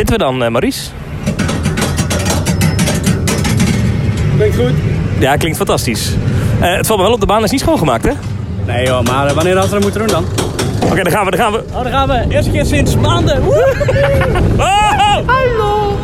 zitten we dan, Maurice? Klinkt goed. Ja, klinkt fantastisch. Het valt me wel op, de baan is niet schoongemaakt, hè? Nee joh, maar wanneer hadden we dat moeten doen dan? Oké, daar gaan we. Oh, daar gaan we. Eerste keer sinds maanden. Oh! Hallo.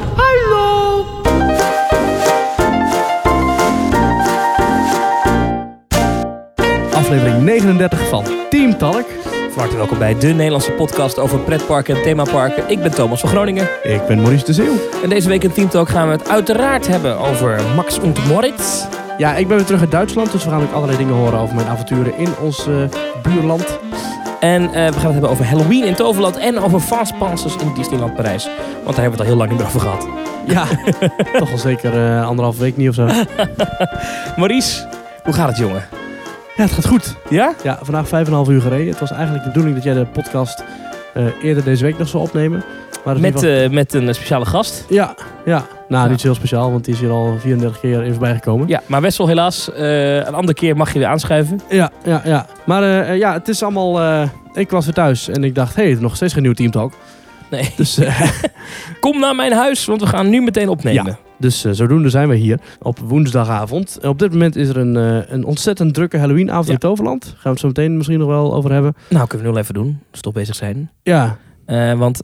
Aflevering 39 van Team Talk. Van harte welkom bij de Nederlandse podcast over pretparken en themaparken. Ik ben Thomas van Groningen. Ik ben Maurice de Zeeuw. En deze week in Team Talk gaan we het uiteraard hebben over Max und Moritz. Ja, ik ben weer terug uit Duitsland, dus we gaan ook allerlei dingen horen over mijn avonturen in ons buurland. En we gaan het hebben over Halloween in Toverland en over Fastpasses in Disneyland Parijs. Want daar hebben we het al heel lang niet meer over gehad. Ja, toch al zeker 1,5 week niet of zo. Maurice, hoe gaat het, jongen? Ja, het gaat goed. Ja? Ja, vandaag 5,5 uur gereden. Het was eigenlijk de bedoeling dat jij de podcast eerder deze week nog zou opnemen. Maar Met een speciale gast. Ja. Nou, niet zo heel speciaal, want die is hier al 34 keer in voorbij gekomen. Ja, maar Wessel helaas. Een andere keer mag je weer aanschuiven. Ja. Maar het is allemaal... ik was weer thuis en ik dacht, nog steeds geen nieuw Team Talk. Nee. Dus, kom naar mijn huis, want we gaan nu meteen opnemen. Ja. Dus zodoende zijn we hier op woensdagavond. Op dit moment is er een ontzettend drukke Halloweenavond in Toverland. Gaan we het zo meteen misschien nog wel over hebben. Nou, kunnen we nu wel even doen. Als we toch bezig zijn. Ja. Want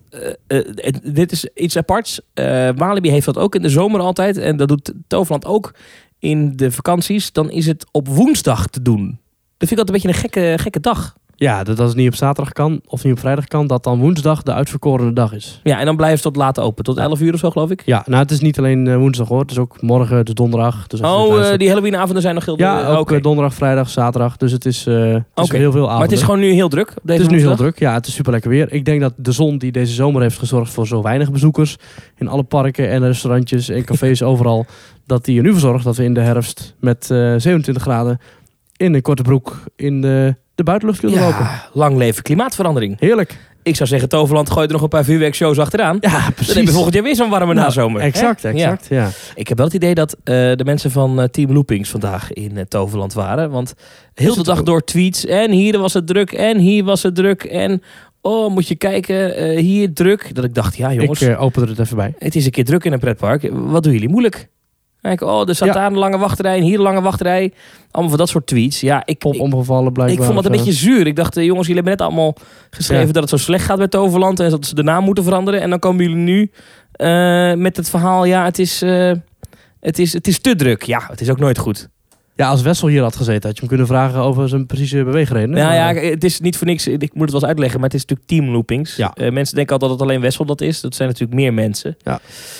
dit is iets aparts. Walibi heeft dat ook in de zomer altijd. En dat doet Toverland ook in de vakanties. Dan is het op woensdag te doen. Dat vind ik altijd een beetje een gekke dag. Ja, dat als het niet op zaterdag kan of niet op vrijdag kan, dat dan woensdag de uitverkorene dag is. Ja, en dan blijft het tot laat open. Tot 11 uur of zo, geloof ik. Ja, nou het is niet alleen woensdag hoor. Het is ook morgen, dus donderdag. Dus die Halloweenavonden zijn nog heel druk. Ja, ook donderdag, vrijdag, zaterdag. Dus het is heel veel avonden. Maar het is gewoon nu heel druk op deze Het is woensdag? nu heel druk, ja. Het is super lekker weer. Ik denk dat de zon die deze zomer heeft gezorgd voor zo weinig bezoekers in alle parken en restaurantjes en cafés overal, dat die er nu voor zorgt dat we in de herfst met 27 graden in een korte broek in de buitenlucht kunnen lopen. Lang leven klimaatverandering. Heerlijk. Ik zou zeggen, Toverland gooit er nog een paar vuurwerkshows achteraan. Ja, precies. Dan heb je volgend jaar weer zo'n warme nazomer. Exact. Ja. Ik heb wel het idee dat de mensen van Team Loopings vandaag in Toverland waren. Want heel de dag door tweets. En hier was het druk. En hier was het druk. En moet je kijken. Hier druk. Dat ik dacht, ja jongens. Ik opende het even bij. Het is een keer druk in een pretpark. Wat doen jullie moeilijk? Kijk, er staat daar een lange wachtrij en hier een lange wachtrij. Allemaal van dat soort tweets. Ja, Pop omgevallen blijkbaar. Ik vond dat een beetje zuur. Ik dacht, jongens, jullie hebben net allemaal geschreven dat het zo slecht gaat met Toverland. En dat ze de naam moeten veranderen. En dan komen jullie nu met het verhaal, het is te druk. Ja, het is ook nooit goed. Ja, als Wessel hier had gezeten, had je hem kunnen vragen over zijn precieze beweegreden. Ja, het is niet voor niks. Ik moet het wel eens uitleggen, maar het is natuurlijk Team Loopings. Ja. Mensen denken altijd dat het alleen Wessel dat is. Dat zijn natuurlijk meer mensen. Ja.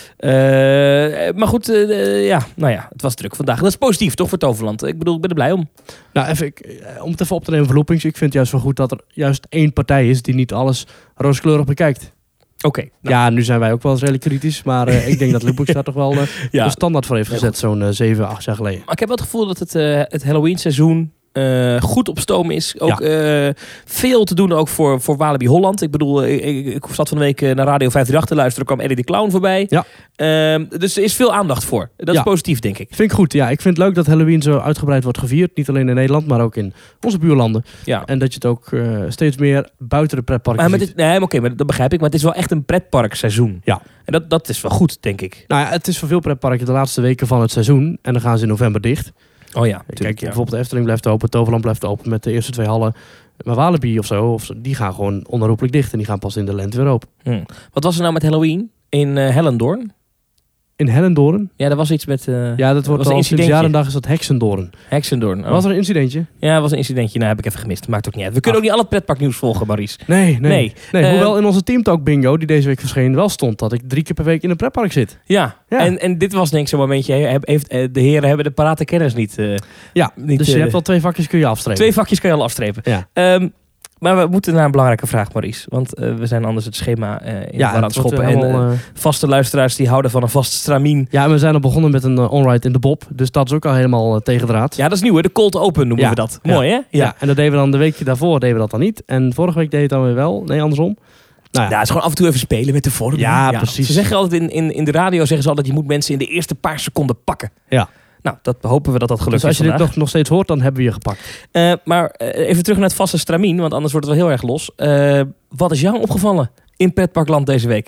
Maar goed, het was druk vandaag. Dat is positief, toch, voor Toverland? Ik bedoel, ik ben er blij om. Nou, om het even op te nemen voor Loopings. Ik vind het juist wel goed dat er juist één partij is die niet alles rooskleurig bekijkt. Oké. Nou. Ja, nu zijn wij ook wel eens redelijk kritisch. Maar ik denk dat Loopings daar toch wel de standaard voor heeft gezet. Zo'n 7, 8 jaar geleden. Maar ik heb wel het gevoel dat het Halloween seizoen goed op stoom is. Ook veel te doen ook voor Walibi Holland. Ik bedoel, ik zat van de week naar Radio 538 te luisteren. Er kwam Eddie de Clown voorbij. Ja. Dus er is veel aandacht voor. Dat is positief, denk ik. Vind ik goed. Ja, ik vind het leuk dat Halloween zo uitgebreid wordt gevierd. Niet alleen in Nederland, maar ook in onze buurlanden. Ja. En dat je het ook steeds meer buiten de pretparken ziet. Maar dat begrijp ik. Maar het is wel echt een pretparkseizoen. Ja. En dat is wel goed, denk ik. Nou ja, het is voor veel pretparken de laatste weken van het seizoen. En dan gaan ze in november dicht. Oh ja, kijk, bijvoorbeeld de Efteling blijft open, Toverland blijft open met de eerste 2 hallen. Maar Walibi of zo, die gaan gewoon onherroepelijk dicht en die gaan pas in de lente weer open. Wat was er nou met Halloween in Hellendoorn? In Hellendoorn? Ja, er was iets met... dat wordt al sinds jaar en dag is dat Heksendoorn. Heksendoorn. Oh. Was er een incidentje? Ja, was een incidentje. Nou, heb ik even gemist. Maakt ook niet uit. We kunnen ook niet al het pretparknieuws volgen, Maurice. Nee. Hoewel in onze Team Talk bingo, die deze week verscheen, wel stond dat ik 3 keer per week in een pretpark zit. Ja. En dit was denk ik zo'n momentje. De heren hebben de parate kennis niet. Dus je hebt al 2 vakjes kun je afstrepen. 2 vakjes kun je al afstrepen. Ja. Maar we moeten naar een belangrijke vraag, Maurice. Want we zijn anders het schema in de war aan het schoppen. En vaste luisteraars die houden van een vast stramien. Ja, we zijn al begonnen met een onride in de Bob. Dus dat is ook al helemaal tegendraad. Ja, dat is nieuw hè. De cold open noemen we dat. Mooi hè? Ja, en dat deden we dan de weekje daarvoor deden we dat dan niet. En vorige week deed je het dan weer wel. Nee, andersom. Nou ja, het is gewoon af en toe even spelen met de vorm. Ja, precies. Ze zeggen altijd in de radio zeggen ze altijd, je moet mensen in de eerste paar seconden pakken. Ja. Nou, dat hopen we dat gelukt is. Dus als je dit nog steeds hoort, dan hebben we je gepakt. Maar even terug naar het vaste stramien, want anders wordt het wel heel erg los. Wat is jou opgevallen in pretparkland deze week?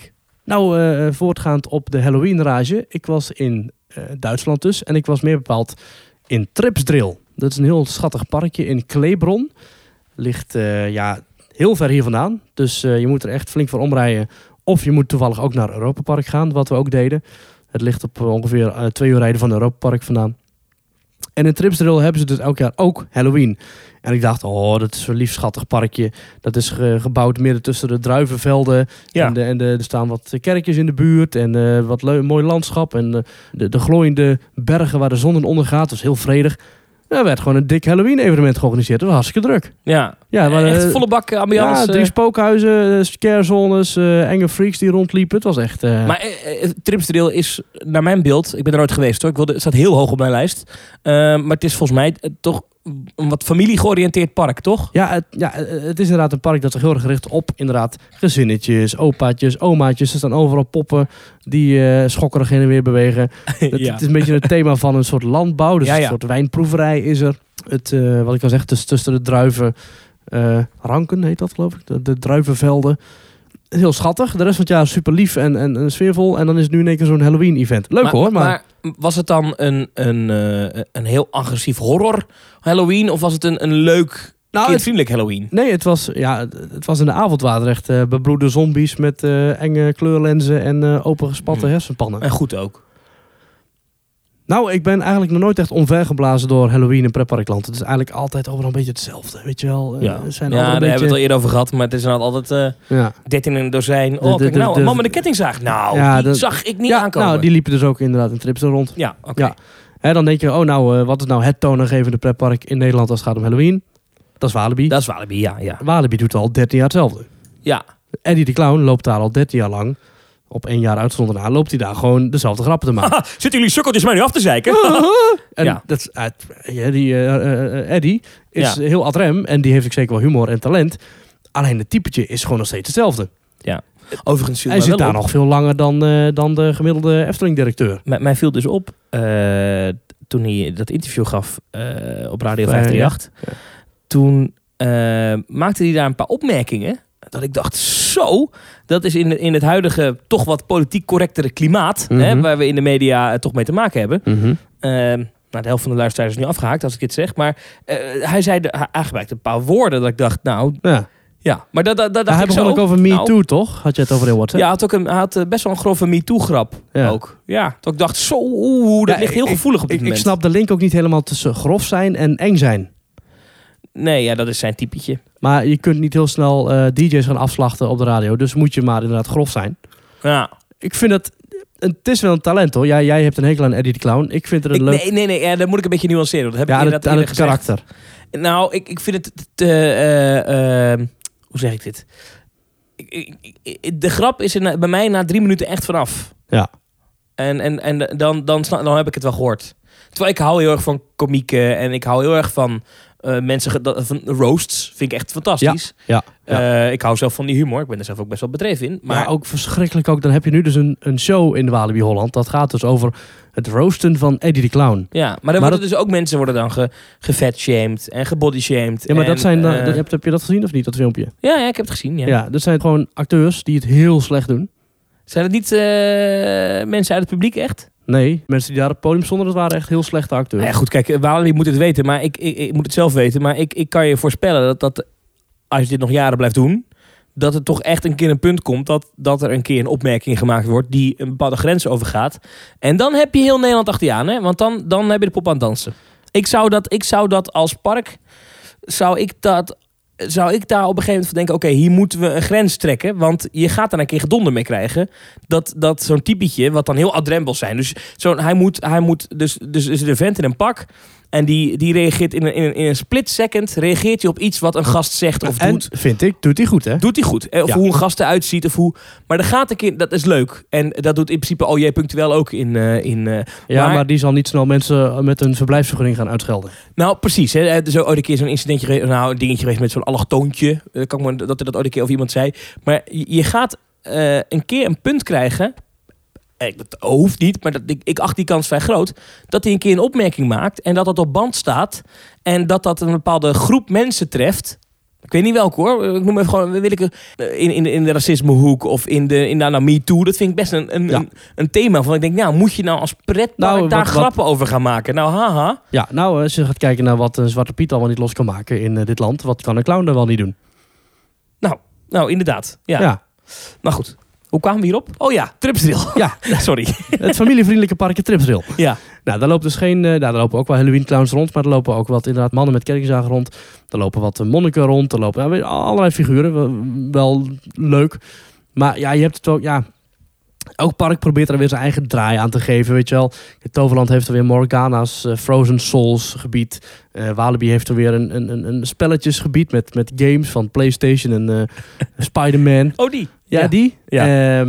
Voortgaand op de Halloween-rage. Ik was in Duitsland dus. En ik was meer bepaald in Tripsdrill. Dat is een heel schattig parkje in Kleebron. Ligt heel ver hier vandaan. Dus je moet er echt flink voor omrijden. Of je moet toevallig ook naar Europa Park gaan, wat we ook deden. Het ligt op ongeveer 2 uur rijden van Europa Park vandaan. En in Tripsdrill hebben ze dus elk jaar ook Halloween. En ik dacht, dat is zo'n lief schattig parkje. Dat is gebouwd midden tussen de druivenvelden. Ja. En er staan wat kerkjes in de buurt. En wat mooi landschap. En de glooiende bergen waar de zon in ondergaat. Dus heel vredig. Er werd gewoon een dik Halloween-evenement georganiseerd. Dat was hartstikke druk. Ja, echt volle bak ambiance. Ja, 3 spookhuizen, scarezones, enge freaks die rondliepen. Het was echt... Maar Tripsdrill is, naar mijn beeld... Ik ben er nooit geweest hoor. Het staat heel hoog op mijn lijst. Maar het is volgens mij toch een wat familiegeoriënteerd park, toch? Ja, het is inderdaad een park dat zich heel erg richt op inderdaad gezinnetjes, opaatjes, omaatjes. Er staan overal poppen die schokkerig heen en weer bewegen. Het is een beetje het thema van een soort landbouw. Dus een soort wijnproeverij is er. Wat ik al zeg, tussen de druiven... ranken heet dat, geloof ik. De druivenvelden. Heel schattig. De rest van het jaar super lief en sfeervol. En dan is het nu in één keer zo'n Halloween-event. Leuk hoor. Maar was het dan een heel agressief horror Halloween? Of was het een leuk, kindvriendelijk Halloween? Nee, het was in de avondwater echt bebloede zombies met enge kleurlenzen en opengespatte hersenpannen. En goed ook. Nou, ik ben eigenlijk nog nooit echt omvergeblazen door Halloween in pretparkland. Het is eigenlijk altijd overal een beetje hetzelfde, weet je wel. Daar hebben we het al eerder over gehad, maar het is dan altijd 13 in een dozijn. Een man met een kettingzaag. Die zag ik niet aankomen. Nou, die liepen dus ook inderdaad in Tripsdrill rond. Ja, oké. Ja. Dan denk je, wat is nou het toonaangevende pretpark in Nederland als het gaat om Halloween? Dat is Walibi. Dat is Walibi, ja. Walibi doet al 13 jaar hetzelfde. Ja. Eddie de Clown loopt daar al 13 jaar lang. Op 1 jaar uitzonderd na loopt hij daar gewoon dezelfde grappen te maken. Zitten jullie sukkeltjes mij nu af te zeiken? En Eddie is heel ad rem en die heeft ook zeker wel humor en talent. Alleen het typetje is gewoon nog steeds hetzelfde. Ja. Overigens hij zit daar nog veel langer dan de gemiddelde Efteling-directeur. Mij viel dus op toen hij dat interview gaf op Radio 538. Toen maakte hij daar een paar opmerkingen. Dat ik dacht, dat is in het huidige toch wat politiek correctere klimaat, waar we in de media toch mee te maken hebben. De helft van de luisteraars is nu afgehaakt als ik dit zeg. Maar hij gebruikte een paar woorden dat ik dacht, maar hij begon ook over Me Too, toch? Had je het over in WhatsApp? Ja, hij had best wel een grove Me Too grap ook. Ja, dat ik dacht, dat ligt heel gevoelig op dit moment. Ik snap de link ook niet helemaal tussen grof zijn en eng zijn. Nee, dat is zijn typetje. Maar je kunt niet heel snel DJ's gaan afslachten op de radio. Dus moet je maar inderdaad grof zijn. Ja. Ik vind het is wel een talent hoor. Jij hebt een hekel aan Eddie de Clown. Ik vind het een leuk... Nee, ja, dat moet ik een beetje nuanceren. Dat heb ik aan het karakter. Nou, ik vind het hoe zeg ik dit? De grap is bij mij na 3 minuten echt vanaf. Ja. En dan heb ik het wel gehoord. Terwijl ik hou heel erg van komieken en ik hou heel erg van mensen van roasts. Vind ik echt fantastisch. Ja. Ik hou zelf van die humor. Ik ben er zelf ook best wel bedreven in. Maar ook verschrikkelijk ook. Dan heb je nu dus een show in Walibi Holland. Dat gaat dus over het roosten van Eddie de Clown. Ja, maar worden dus ook mensen worden dan gefatshamed en gebodyshamed. Ja, maar dat zijn heb je dat gezien of niet, dat filmpje? Ja, ik heb het gezien. Ja, dat zijn gewoon acteurs die het heel slecht doen. Zijn het niet mensen uit het publiek echt? Nee, mensen die daar op het podium stonden, dat waren echt heel slechte acteurs. Ja, goed, kijk, Walibi moet het weten, maar ik moet het zelf weten. Maar ik kan je voorspellen dat als je dit nog jaren blijft doen, dat het toch echt een keer een punt komt dat er een keer een opmerking gemaakt wordt die een bepaalde grens overgaat. En dan heb je heel Nederland achter je aan, hè? Want dan heb je de pop aan het dansen. Ik zou dat als park, zou ik daar op een gegeven moment van denken, oké, hier moeten we een grens trekken, want je gaat daar een keer gedonder mee krijgen. Dat zo'n typetje, wat dan heel adrembel zijn. Dus hij moet dus de vent in een pak en die reageert in een split second, reageert hij op iets wat een gast zegt of doet. En vind ik, doet hij goed, hè? Doet hij goed. Of hoe een gast eruit ziet of hoe. Maar er gaat een keer, dat is leuk. En dat doet in principe OJ Punctueel ook maar die zal niet snel mensen met een verblijfsvergunning gaan uitschelden. Nou, precies. Hè. Er is ooit een keer zo'n incidentje, een dingetje geweest met zo'n allochtoontje. Dat er dat ooit een keer over iemand zei. Maar je gaat een keer een punt krijgen. Dat hoeft niet, maar ik acht die kans vrij groot. Dat hij een keer een opmerking maakt en dat op band staat. En dat een bepaalde groep mensen treft. Ik weet niet welke hoor. Ik noem even gewoon, wil ik in de racismehoek of in de Me Too. Dat vind ik best een thema van. Ik denk, nou, moet je nou als pretpark daar grappen over gaan maken? Nou, haha. Ja, nou, als je gaat kijken naar wat een Zwarte Piet al wel niet los kan maken in dit land, wat kan een clown dan wel niet doen? Nou, inderdaad. Ja. Maar goed. Hoe kwamen we hierop? Oh ja, Tripsdrill. Ja, sorry. Het familievriendelijke parkje Tripsdrill. Ja. Nou, daar loopt dus daar lopen ook wel Halloween clowns rond, maar er lopen ook wat inderdaad mannen met kerkzagen rond. Er lopen wat monniken rond. Er lopen allerlei figuren. Wel leuk. Maar ja, je hebt het ook, elk park probeert er weer zijn eigen draai aan te geven, weet je wel. Het Toverland heeft er weer Morgana's Frozen Souls gebied. Walibi heeft er weer een spelletjesgebied met games van PlayStation en Spider-Man. Oh, die? Ja, die. Ja.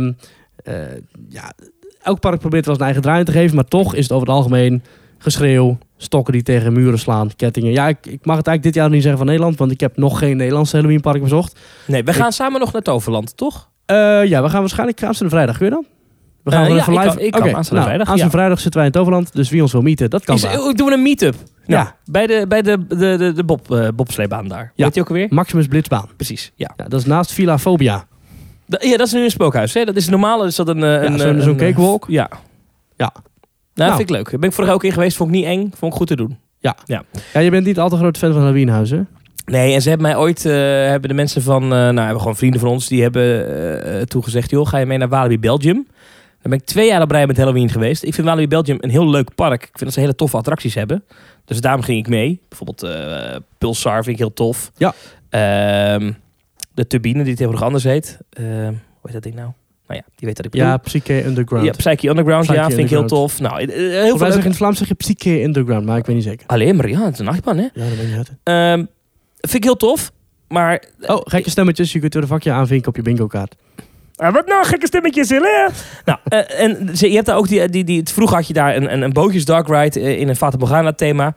Elk park probeert wel zijn eigen draai te geven, maar toch is het over het algemeen geschreeuw, stokken die tegen muren slaan, kettingen. Ja, ik mag het eigenlijk dit jaar niet zeggen van Nederland, want ik heb nog geen Nederlandse Halloween park bezocht. Nee, we gaan samen nog naar Toverland, toch? We gaan waarschijnlijk aanstaande vrijdag. Kun je dan? We gaan even live. Ik kan aanstaande vrijdag. Aanstaande vrijdag zitten wij in Toverland, dus wie ons wil meeten, dat kan daar. Doen we een meet-up? Ja. Nou, bij de bobsleebaan daar. Ja. Weet je ook alweer? Maximus Blitzbaan. Precies, ja. Ja, dat is naast Villa Phobia. Ja, dat is nu een spookhuis. Hè? Dat is normaal. Is dat zo'n cakewalk. Ja. Nou, vind ik leuk. Daar ben ik vorig jaar ook in geweest. Vond ik niet eng. Vond ik goed te doen. Ja, je bent niet al te groot fan van Halloweenhuis, hè? Nee, en ze hebben mij ooit... hebben de mensen van... hebben gewoon vrienden van ons. Die hebben toegezegd... Joh, ga je mee naar Walibi Belgium? Dan ben ik 2 jaar op rij met Halloween geweest. Ik vind Walibi Belgium een heel leuk park. Ik vind dat ze hele toffe attracties hebben. Dus daarom ging ik mee. Bijvoorbeeld Pulsar vind ik heel tof. Ja. De turbine die tegenwoordig anders heet. Hoe heet dat ding nou? Nou ja, die weet dat ik bedoel. Ja, Psyche Underground. Ja, Psyche Underground. Psyche vind ik heel Underground. tof. Nou, heel veel In het Vlaams zeg je Psyche Underground, maar ik weet niet zeker. Alleen maar, ja, het is een achtbaan, hè? Ja, dat weet ik niet. Vind ik heel tof. Maar... gekke stemmetjes. Je kunt er een vakje aanvinken op je bingo kaart. Wat nou, gekke stemmetjes, hè? Nou, en je hebt daar ook vroeger had je daar een bootjes dark ride in een Fata Morgana thema.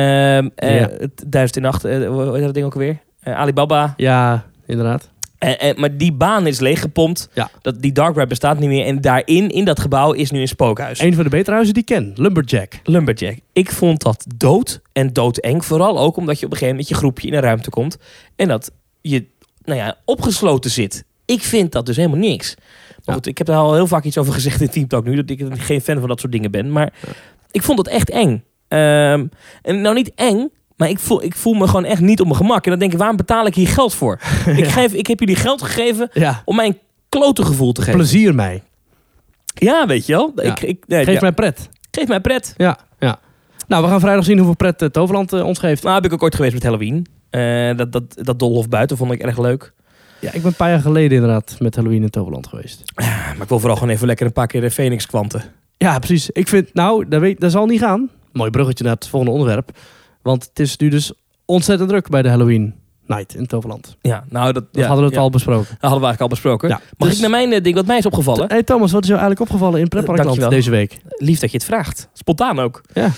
1001 hoe heet dat ding ook alweer? Alibaba. Ja, inderdaad. Maar die baan is leeggepompt. Ja. Die dark ride bestaat niet meer. En daarin, in dat gebouw, is nu een spookhuis. Een van de betere huizen die ik ken. Lumberjack. Ik vond dat doodeng. Vooral ook omdat je op een gegeven moment met je groepje in een ruimte komt. En dat je opgesloten zit. Ik vind dat dus helemaal niks. Maar goed, ik heb er al heel vaak iets over gezegd in Team Talk nu. Dat ik geen fan van dat soort dingen ben. Maar ik vond het echt eng. En nou niet eng. Maar ik voel me gewoon echt niet op mijn gemak. En dan denk ik, waarom betaal ik hier geld voor? Ik heb jullie geld gegeven om mij een klote gevoel te geven. Plezier mij. Ja, weet je wel. Ja. Geef mij pret. Geef mij pret. Ja. Nou, we gaan vrijdag zien hoeveel pret Toverland ons geeft. Nou, heb ik ook ooit geweest met Halloween. Dat Doolhof buiten vond ik erg leuk. Ja, ik ben een paar jaar geleden inderdaad met Halloween in Toverland geweest. Maar ik wil vooral gewoon even lekker een paar keer de Phoenix kwanten. Ja, precies. Ik vind, dat zal niet gaan. Mooi bruggetje naar het volgende onderwerp. Want het is nu dus ontzettend druk bij de Halloween Night in Toverland. Ja, nou dat hadden we het al besproken. Dat hadden we eigenlijk al besproken. Ja, Mag ik naar mijn ding wat mij is opgevallen? Hey Thomas, wat is jou eigenlijk opgevallen in Pretparkland deze week? Lief dat je het vraagt. Spontaan ook. Ja.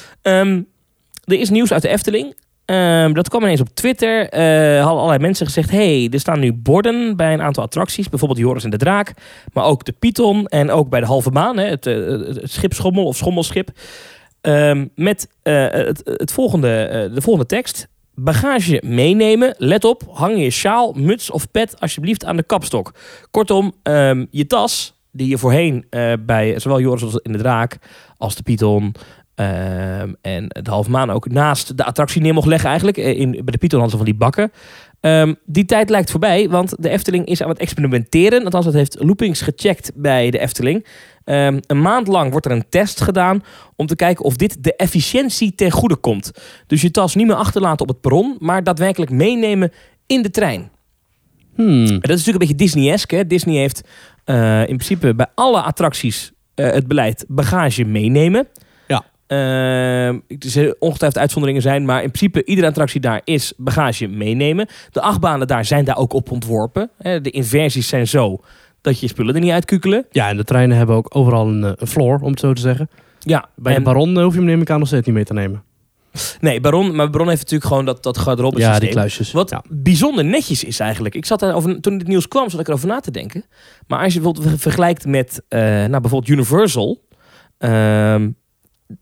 Er is nieuws uit de Efteling. Dat kwam ineens op Twitter. Hadden allerlei mensen gezegd... Hey, er staan nu borden bij een aantal attracties. Bijvoorbeeld Joris en de Draak. Maar ook de Python. En ook bij de Halve Maan. Het schip Schommel of Schommelschip. Met de volgende tekst. Bagage meenemen. Let op. Hang je sjaal, muts of pet alsjeblieft aan de kapstok. Kortom, je tas... die je voorheen bij zowel Joris als in de Draak... als de Python... en de Halve Maan ook naast de attractie neer mocht leggen eigenlijk. Bij de Python hadden ze van die bakken. Die tijd lijkt voorbij, want de Efteling is aan het experimenteren. Althans, dat heeft Loopings gecheckt bij de Efteling. Een maand lang wordt er een test gedaan om te kijken of dit de efficiëntie ten goede komt. Dus je tas niet meer achterlaten op het perron, maar daadwerkelijk meenemen in de trein. En dat is natuurlijk een beetje Disney-esque. Hè? Disney heeft in principe bij alle attracties het beleid bagage meenemen. Het is ongetwijfeld uitzonderingen zijn, maar in principe iedere attractie daar is bagage meenemen. De achtbanen daar zijn daar ook op ontworpen. De inversies zijn zo dat je spullen er niet uitkukelen. Ja, en de treinen hebben ook overal een floor, om het zo te zeggen. Ja, bij de Baron hoef je hem neem ik aan nog steeds niet mee te nemen. Nee, Baron heeft natuurlijk gewoon dat garderobe systeem. Ja, die kluisjes. Wat bijzonder netjes is eigenlijk. Ik zat daarover, toen dit nieuws kwam, zat ik erover na te denken. Maar als je bijvoorbeeld vergelijkt met bijvoorbeeld Universal...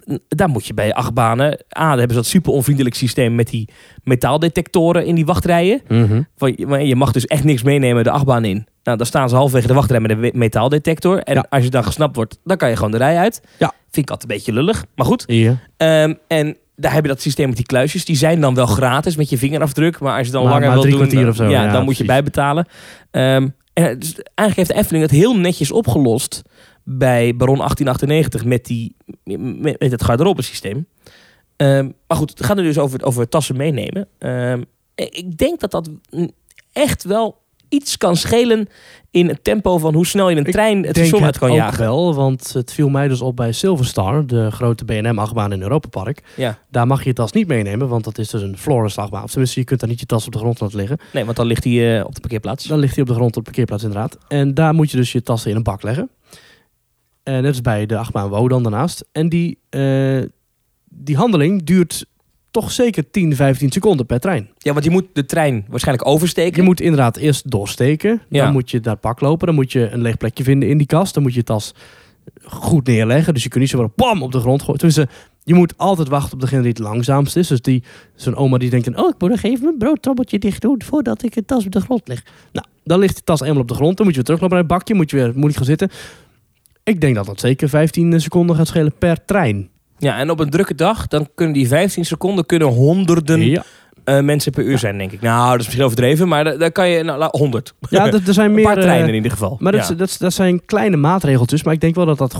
daar moet je bij achtbanen... daar hebben ze dat super onvriendelijk systeem met die metaaldetectoren in die wachtrijen. Je mag dus echt niks meenemen de achtbaan in. Nou, dan staan ze halverwege de wachtrij met een metaaldetector. En als je dan gesnapt wordt, dan kan je gewoon de rij uit. Ja. Vind ik altijd een beetje lullig, maar goed. Ja. En daar heb je dat systeem met die kluisjes. Die zijn dan wel gratis met je vingerafdruk. Maar als je dan langer wil doen, dan, of zo, dan moet je bijbetalen. En dus eigenlijk heeft de Efteling het heel netjes opgelost bij Baron 1898 met het garderobesysteem. Maar goed, het gaat nu dus over tassen meenemen. Ik denk dat echt wel iets kan schelen in het tempo van hoe snel je een trein het station uit kan jagen. Wel, want het viel mij dus op bij Silverstar, de grote B&M-achtbaan in Europa Park. Ja. Daar mag je je tas niet meenemen, want dat is dus een floorless-achtbaan. Of tenminste, je kunt daar niet je tas op de grond laten liggen. Nee, want dan ligt hij op de parkeerplaats. Dan ligt hij op de grond op de parkeerplaats inderdaad. En daar moet je dus je tassen in een bak leggen. En net als bij de achtbaan Wodan daarnaast. En die handeling duurt toch zeker 10, 15 seconden per trein. Ja, want je moet de trein waarschijnlijk oversteken. Je moet inderdaad eerst doorsteken. Ja. Dan moet je naar het pak lopen. Dan moet je een leeg plekje vinden in die kast. Dan moet je je tas goed neerleggen. Dus je kunt niet zo bam op de grond gooien. Dus je moet altijd wachten op degene die het langzaamst is. Dus zo'n oma die denkt, ik moet nog even mijn broodtrobbeltje dicht doen voordat ik een tas op de grond leg. Nou, dan ligt de tas eenmaal op de grond. Dan moet je weer teruglopen naar het bakje. Moet je weer moeilijk gaan zitten. Ik denk dat zeker 15 seconden gaat schelen per trein. Ja, en op een drukke dag, dan kunnen die 15 seconden honderden mensen per uur zijn, denk ik. Nou, dat is misschien overdreven, maar dan kan je 100. Ja, er zijn meer een paar treinen in ieder geval. Maar dat zijn kleine maatregeltjes, maar ik denk wel dat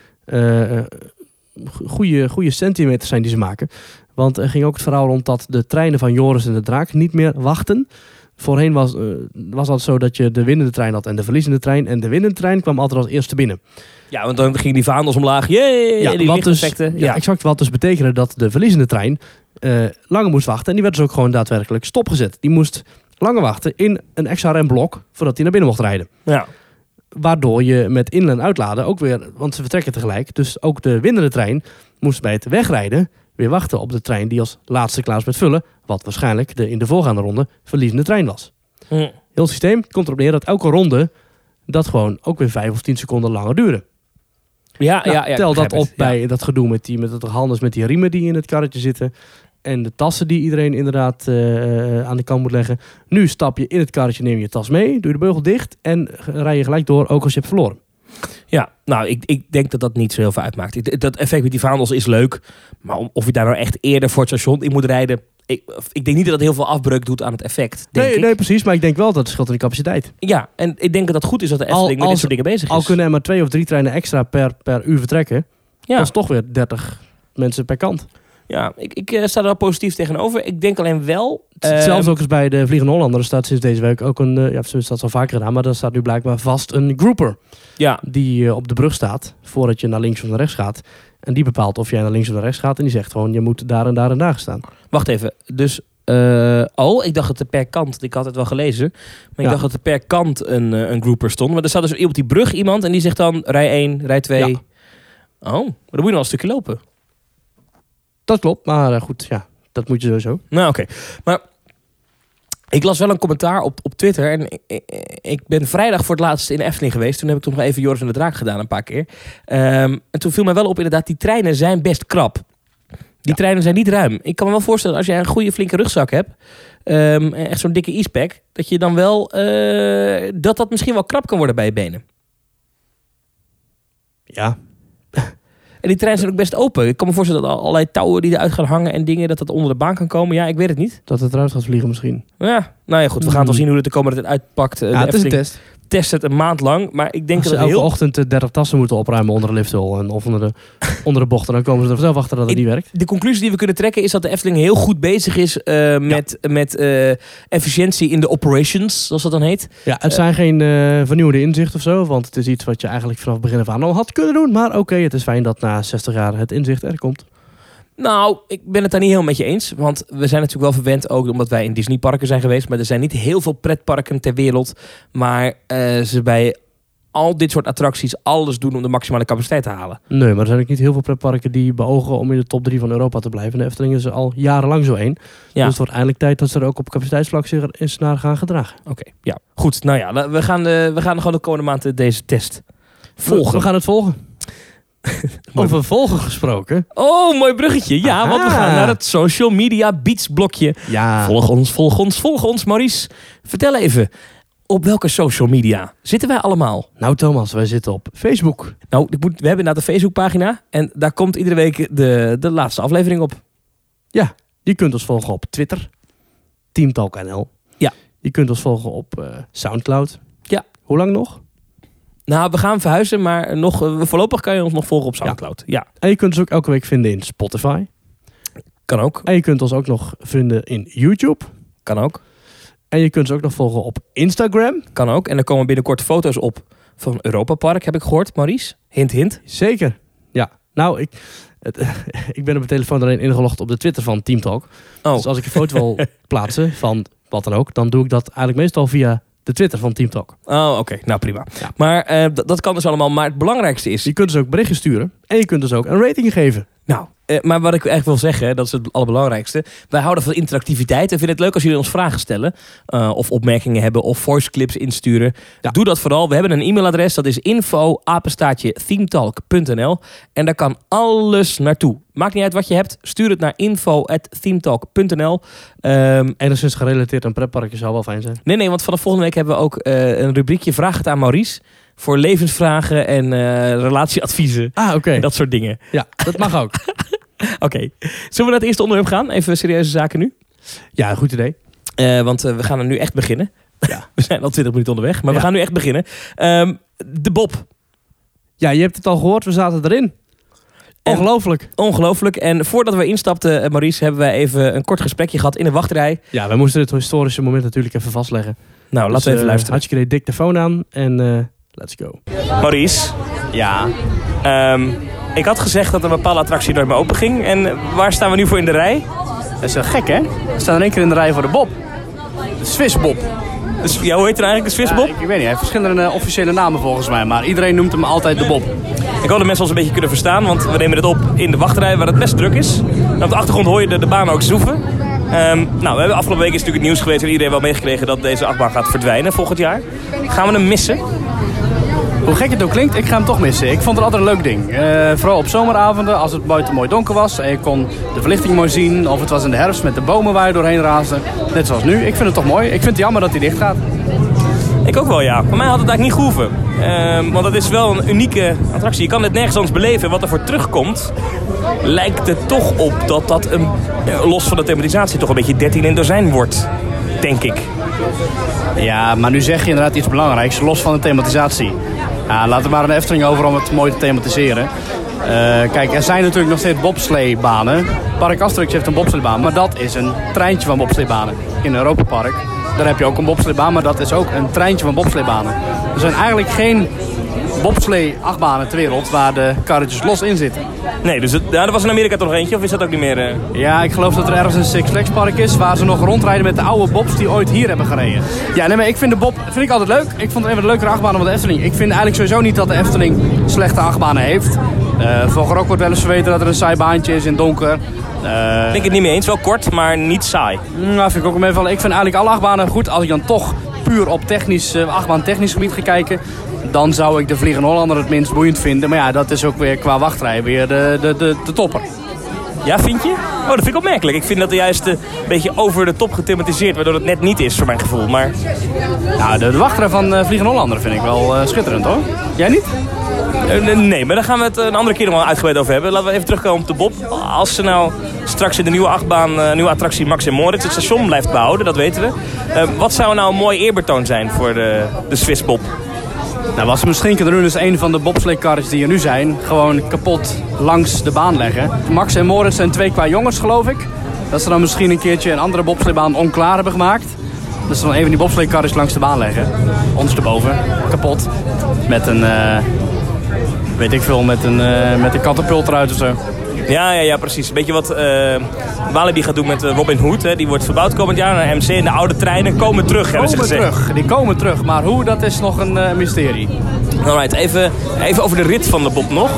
goede centimeters zijn die ze maken. Want er ging ook het verhaal rond dat de treinen van Joris en de Draak niet meer wachten. Voorheen was het zo dat je de winnende trein had en de verliezende trein. En de winnende trein kwam altijd als eerste binnen. Ja, want dan gingen die vaandels omlaag. Jee, die lichteffecten. Ja, exact. Wat dus betekende dat de verliezende trein langer moest wachten. En die werd dus ook gewoon daadwerkelijk stopgezet. Die moest langer wachten in een extra remblok voordat hij naar binnen mocht rijden. Ja. Waardoor je met in- en uitladen ook weer, want ze vertrekken tegelijk. Dus ook de winnende trein moest bij het wegrijden weer wachten op de trein die als laatste klaar is met vullen. Wat waarschijnlijk de in de voorgaande ronde verliezende trein was. Heel het systeem komt erop neer dat elke ronde dat gewoon ook weer 5 of 10 seconden langer duurde. Tel dat op bij dat gedoe met het handels met die riemen die in het karretje zitten. En de tassen die iedereen inderdaad aan de kant moet leggen. Nu stap je in het karretje, neem je je tas mee, doe je de beugel dicht en rij je gelijk door, ook als je hebt verloren. Ja, nou, ik denk dat dat niet zo heel veel uitmaakt. Dat effect met die vaandels is leuk. Maar of je daar nou echt eerder voor het station in moet rijden... Ik denk niet dat het heel veel afbreuk doet aan het effect. Nee, precies. Maar ik denk wel dat het scheelt in de capaciteit. Ja, en ik denk dat het goed is dat de Efteling met dit soort dingen bezig is. Al kunnen er maar 2 of 3 treinen extra per uur vertrekken. Ja. Dat is toch weer 30 mensen per kant. Ja, ik sta er wel positief tegenover. Ik denk alleen wel... Zelfs ook eens bij de Vliegende Hollander. Er staat sinds deze week ook een... dat is al vaker gedaan. Maar er staat nu blijkbaar vast een grouper. Ja. Die op de brug staat. Voordat je naar links of naar rechts gaat. En die bepaalt of jij naar links of naar rechts gaat. En die zegt gewoon, je moet daar en daar en daar staan. Wacht even. Dus... ik dacht dat er per kant... Ik had het wel gelezen. Maar ik dacht dat er per kant een grouper stond. Maar er staat dus op die brug iemand. En die zegt dan rij 1, rij 2. Ja. Maar dan moet je nog een stukje lopen. Dat klopt. Maar goed, dat moet je sowieso. Nou, oké. Maar ik las wel een commentaar op Twitter. En ik ben vrijdag voor het laatst in Efteling geweest. Toen heb ik toch nog even Joris en de Draak gedaan een paar keer. En toen viel mij wel op inderdaad, die treinen zijn best krap. Die treinen zijn niet ruim. Ik kan me wel voorstellen, als jij een goede flinke rugzak hebt... echt zo'n dikke e-pack... dat je dan wel... dat misschien wel krap kan worden bij je benen. Ja. En die treinen zijn ook best open. Ik kan me voorstellen dat allerlei touwen die eruit gaan hangen... en dingen, dat onder de baan kan komen. Ja, ik weet het niet. Dat het eruit gaat vliegen misschien. Ja, nou ja, goed. We gaan wel zien hoe het de komende tijd uitpakt. Het is een test. Test het een maand lang, maar ik denk als dat ze elke ochtend 30 tassen moeten opruimen onder de lifthul en of onder de bochten, dan komen ze er vanzelf achter dat het niet werkt. De conclusie die we kunnen trekken is dat de Efteling heel goed bezig is met efficiëntie in de operations, zoals dat dan heet. Ja, het zijn geen vernieuwende inzicht of zo, want het is iets wat je eigenlijk vanaf het begin af aan al had kunnen doen. Maar oké, het is fijn dat na 60 jaar het inzicht er komt. Nou, ik ben het daar niet helemaal met je eens. Want we zijn natuurlijk wel verwend ook omdat wij in Disneyparken zijn geweest. Maar er zijn niet heel veel pretparken ter wereld. Maar ze bij al dit soort attracties alles doen om de maximale capaciteit te halen. Nee, maar er zijn ook niet heel veel pretparken die beogen om in de top 3 van Europa te blijven. De Efteling is er al jarenlang zo één. Ja. Dus het wordt eindelijk tijd dat ze er ook op capaciteitsvlak zich eens naar gaan gedragen. Oké, ja. Goed, nou ja, we gaan gewoon de komende maand deze test volgen. We gaan het volgen. Over volgen gesproken. Oh, mooi bruggetje. Ja, Aha. want we gaan naar het social media beats blokje. Ja. Volg ons. Maurice, vertel even. Op welke social media zitten wij allemaal? Nou Thomas, wij zitten op Facebook. Nou, we hebben inderdaad een Facebookpagina. En daar komt iedere week de laatste aflevering op. Ja, je kunt ons volgen op Twitter. TeamTalk.nl. Ja. Je kunt ons volgen op Soundcloud. Ja. Hoe lang nog? Nou, we gaan verhuizen, maar voorlopig kan je ons nog volgen op Soundcloud. Ja. En je kunt ons ook elke week vinden in Spotify. Kan ook. En je kunt ons ook nog vinden in YouTube. Kan ook. En je kunt ons ook nog volgen op Instagram. Kan ook. En er komen binnenkort foto's op van Europa Park, heb ik gehoord, Maurice. Hint, hint. Zeker. Ja. Nou, ik ben op mijn telefoon alleen ingelogd op de Twitter van TeamTalk. Oh. Dus als ik een foto wil plaatsen van wat dan ook, dan doe ik dat eigenlijk meestal via de Twitter van TeamTalk. Oh, oké. Nou, prima. Ja. Maar dat kan dus allemaal. Maar het belangrijkste is... Je kunt dus ook berichten sturen. En je kunt dus ook een rating geven. Nou, maar wat ik eigenlijk wil zeggen, dat is het allerbelangrijkste. Wij houden van interactiviteit en vinden het leuk als jullie ons vragen stellen. Of opmerkingen hebben of voice clips insturen. Ja. Doe dat vooral. We hebben een e-mailadres, dat is info@themetalk.nl. En daar kan alles naartoe. Maakt niet uit wat je hebt. Stuur het naar info@themetalk.nl. Enigszins gerelateerd aan pretparken zou wel fijn zijn. Nee, want vanaf volgende week hebben we ook een rubriekje Vraag het aan Maurice. Voor levensvragen en relatieadviezen. Ah, oké. En dat soort dingen. Ja, dat mag ook. Oké. Zullen we naar het eerste onderwerp gaan? Even serieuze zaken nu. Ja, goed idee. Want we gaan er nu echt beginnen. Ja. We zijn al 20 minuten onderweg, maar we gaan nu echt beginnen. De Bob. Ja, je hebt het al gehoord. We zaten erin. Ongelooflijk. Ongelooflijk. En voordat we instapten, Maurice, hebben wij even een kort gesprekje gehad in de wachtrij. Ja, wij moesten dit historische moment natuurlijk even vastleggen. Nou, laten we even luisteren. Hartstikke idee, dik de phone aan en let's go. Maurice. Ja. Ik had gezegd dat een bepaalde attractie nooit meer open ging. En waar staan we nu voor in de rij? Dat is wel gek, hè? We staan in één keer in de rij voor de Bob. De Swiss Bob. Dus, ja, hoe heet er eigenlijk de Swiss Bob? Ja, ik weet niet, hij heeft verschillende officiële namen volgens mij. Maar iedereen noemt hem altijd de Bob. Ik hoop dat mensen ons een beetje kunnen verstaan, want we nemen dit op in de wachtrij waar het best druk is. En op de achtergrond hoor je de baan ook zoeven. We hebben afgelopen week is natuurlijk het nieuws geweest en iedereen wel meegekregen dat deze achtbaan gaat verdwijnen volgend jaar. Gaan we hem missen? Hoe gek het ook klinkt, ik ga hem toch missen. Ik vond het altijd een leuk ding. Vooral op zomeravonden, als het buiten mooi donker was. En je kon de verlichting mooi zien. Of het was in de herfst met de bomen waar je doorheen raasde. Net zoals nu. Ik vind het toch mooi. Ik vind het jammer dat hij dicht gaat. Ik ook wel, ja. Voor mij had het eigenlijk niet gehoeven. Want het is wel een unieke attractie. Je kan het nergens anders beleven. Wat er voor terugkomt, lijkt het toch op dat los van de thematisatie toch een beetje 13 in dozijn wordt. Denk ik. Ja, maar nu zeg je inderdaad iets belangrijks. Los van de thematisatie. Ja, laten we maar een Efteling over om het mooi te thematiseren. Kijk, er zijn natuurlijk nog steeds bobsleebanen. Park Asterix heeft een bobsleebaan, maar dat is een treintje van bobsleebanen. In Europa Park, daar heb je ook een bobsleebaan, maar dat is ook een treintje van bobsleebanen. Er zijn eigenlijk geen bobslee-achtbanen ter wereld waar de karretjes los in zitten. Nee, dus er was in Amerika toch nog eentje, of is dat ook niet meer? Ja, ik geloof dat er ergens een Six Flags park is waar ze nog rondrijden met de oude bobs die ooit hier hebben gereden. Ja, nee, maar ik vind de Bob altijd leuk. Ik vond het een van de leukere achtbanen van de Efteling. Ik vind eigenlijk sowieso niet dat de Efteling slechte achtbanen heeft. Vroeger ook wordt wel eens verweten dat er een saai baantje is in donker. Ik denk het niet mee eens, wel kort, maar niet saai. Nou, vind ik ook meevallen. Ik vind eigenlijk alle achtbanen goed. Als ik dan toch puur op achtbaan technisch gebied ga kijken, dan zou ik de Vliegende Hollander het minst boeiend vinden. Maar ja, dat is ook weer qua wachtrij weer de topper. Ja, vind je? Oh, dat vind ik opmerkelijk. Ik vind dat juist een beetje over de top gethematiseerd, waardoor het net niet is voor mijn gevoel. Maar nou, de wachtrij van Vliegende Hollander vind ik wel schitterend, hoor. Jij niet? Nee, maar daar gaan we het een andere keer nog wel uitgebreid over hebben. Laten we even terugkomen op de Bob. Als ze nou straks in de nieuwe achtbaan, nieuwe attractie Max en Moritz het station blijft behouden, dat weten we. Wat zou nou een mooi eerbetoon zijn voor de Swiss Bob? Nou, was misschien kunnen doen is een van de bobsleekarretjes die er nu zijn gewoon kapot langs de baan leggen. Max en Moritz zijn 2 qua jongens, geloof ik. Dat ze dan misschien een keertje een andere bobsleebaan onklaar hebben gemaakt. Dat ze dan even die bobsleekarretjes langs de baan leggen. Ondersteboven, kapot. Met een, weet ik veel, met een katapult eruit of zo. Ja, precies. Een beetje wat Walibi gaat doen met Robin Hood. Hè. Die wordt verbouwd komend jaar naar MC. En de oude treinen komen terug, hebben ze gezegd. Die komen terug. Maar hoe, dat is nog een mysterie. Alright, even over de rit van de Bob nog.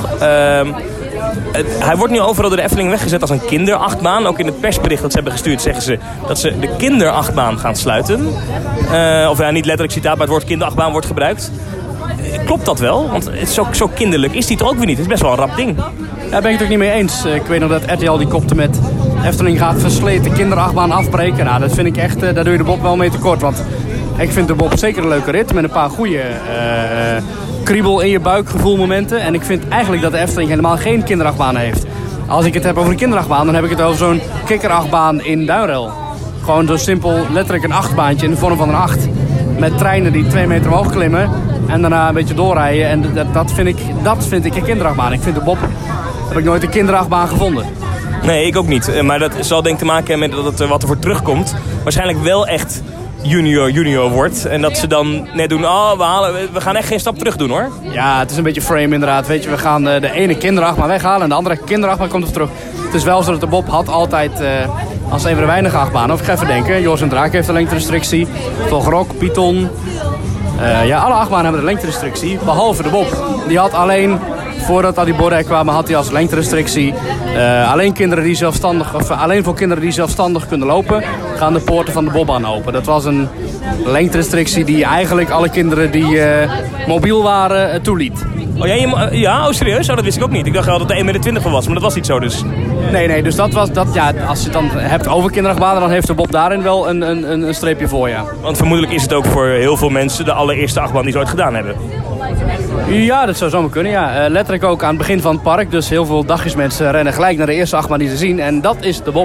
Hij wordt nu overal door de Efteling weggezet als een kinderachtbaan. Ook in het persbericht dat ze hebben gestuurd zeggen ze dat ze de kinderachtbaan gaan sluiten. Of ja, niet letterlijk citaat, maar het woord kinderachtbaan wordt gebruikt. klopt dat wel? Want zo kinderlijk is die toch ook weer niet? Het is best wel een rap ding. Daar ben ik het ook niet mee eens. Ik weet nog dat RTL die kopte met Efteling gaat versleten kinderachtbaan afbreken. Nou, dat vind ik echt, daar doe je de Bob wel mee tekort. Want ik vind de Bob zeker een leuke rit met een paar goede kriebel in je buik gevoelmomenten. En ik vind eigenlijk dat de Efteling helemaal geen kinderachtbaan heeft. Als ik het heb over een kinderachtbaan, dan heb ik het over zo'n kikkerachtbaan in Duinrel. Gewoon zo simpel, letterlijk een achtbaantje in de vorm van een 8. Met treinen die 2 meter omhoog klimmen en daarna een beetje doorrijden. En dat vind ik een kinderachtbaan. Ik vind de Bob, heb ik nooit een kinderachtbaan gevonden. Nee, ik ook niet. Maar dat zal denk ik te maken hebben met wat er voor terugkomt. Waarschijnlijk wel echt junior wordt. En dat ze dan net doen, we gaan echt geen stap terug doen hoor. Ja, het is een beetje frame inderdaad. Weet je, we gaan de ene kinderachtbaan weghalen en de andere kinderachtbaan komt er terug. Het is wel zo dat de Bob had altijd, als een van de weinige achtbanen, of ik ga even denken, Joris en Draak heeft een lengterestrictie, Vogelrok, Python. Alle achtbanen hebben een lengterestrictie, behalve de Bob. Die had alleen, voordat al die borden kwamen, had hij als lengterestrictie alleen voor kinderen die zelfstandig kunnen lopen, gaan de poorten van de Bobbaan open. Dat was een lengterestrictie die eigenlijk alle kinderen die mobiel waren toeliet. Serieus? Dat wist ik ook niet. Ik dacht wel dat de 1,20 meter was, maar dat was niet zo dus. Nee, dus dat was dat. Ja, als je het dan hebt over kinderachtbanen, dan heeft de Bob daarin wel een streepje voor, ja. Want vermoedelijk is het ook voor heel veel mensen de allereerste achtbaan die ze ooit gedaan hebben. Ja, dat zou zomaar kunnen, ja. Letterlijk ook aan het begin van het park. Dus heel veel dagjesmensen rennen gelijk naar de eerste achtbaan die ze zien. En dat is de Bob.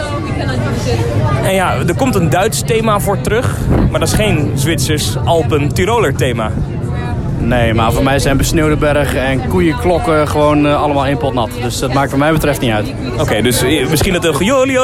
En ja, er komt een Duits thema voor terug. Maar dat is geen Zwitsers Alpen-Tiroler thema. Nee, maar voor mij zijn besneeuwde bergen en koeienklokken gewoon allemaal één pot nat. Dus dat maakt wat mij betreft niet uit. Oké, dus misschien dat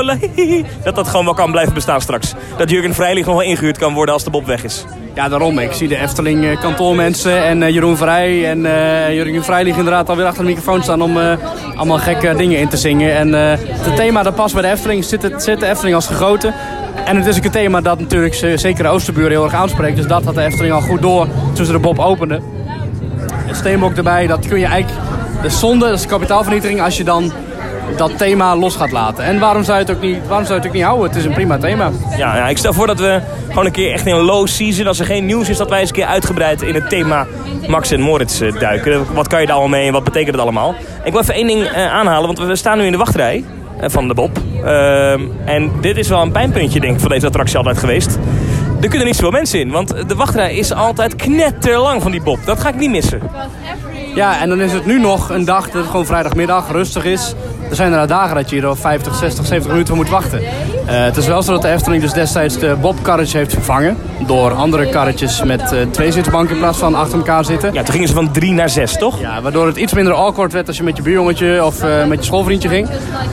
dat gewoon wel kan blijven bestaan straks. Dat Jurgen Freilich nog wel ingehuurd kan worden als de Bob weg is. Ja, daarom. Ik zie de Efteling kantoormensen en Jeroen Vrij en Jurgen Freilich inderdaad alweer achter de microfoon staan om allemaal gekke dingen in te zingen. En het thema dat past bij de Efteling zit de Efteling als gegoten. En het is ook een thema dat natuurlijk zeker de Oosterburen heel erg aanspreekt. Dus dat had de Efteling al goed door toen ze de Bob openden. Een steenbok erbij, dat kun je eigenlijk... De zonde, dat is de kapitaalvernietiging als je dan dat thema los gaat laten. En waarom zou je het ook niet houden? Het is een prima thema. Ja, ik stel voor dat we gewoon een keer echt in een low season, als er geen nieuws is, dat wij eens een keer uitgebreid in het thema Max en Moritz duiken. Wat kan je daar allemaal mee en wat betekent het allemaal? Ik wil even één ding aanhalen, want we staan nu in de wachtrij van de Bob. En dit is wel een pijnpuntje, denk ik, van deze attractie altijd geweest. Er kunnen niet zoveel mensen in, want de wachtrij is altijd knetterlang van die Bob. Dat ga ik niet missen. Ja, en dan is het nu nog een dag dat het gewoon vrijdagmiddag rustig is. Er zijn er dagen dat je hier al 50, 60, 70 minuten voor moet wachten. Het is wel zo dat de Efteling dus destijds de Bob-karretje heeft vervangen. Door andere karretjes met 2 zitsbanken in plaats van achter elkaar zitten. Ja, toen gingen ze van 3 naar 6, toch? Ja, waardoor het iets minder awkward werd als je met je buurjongetje of met je schoolvriendje ging.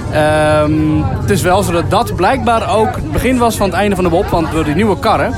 Het is wel zo dat blijkbaar ook het begin was van het einde van de Bob. Want door die nieuwe karren,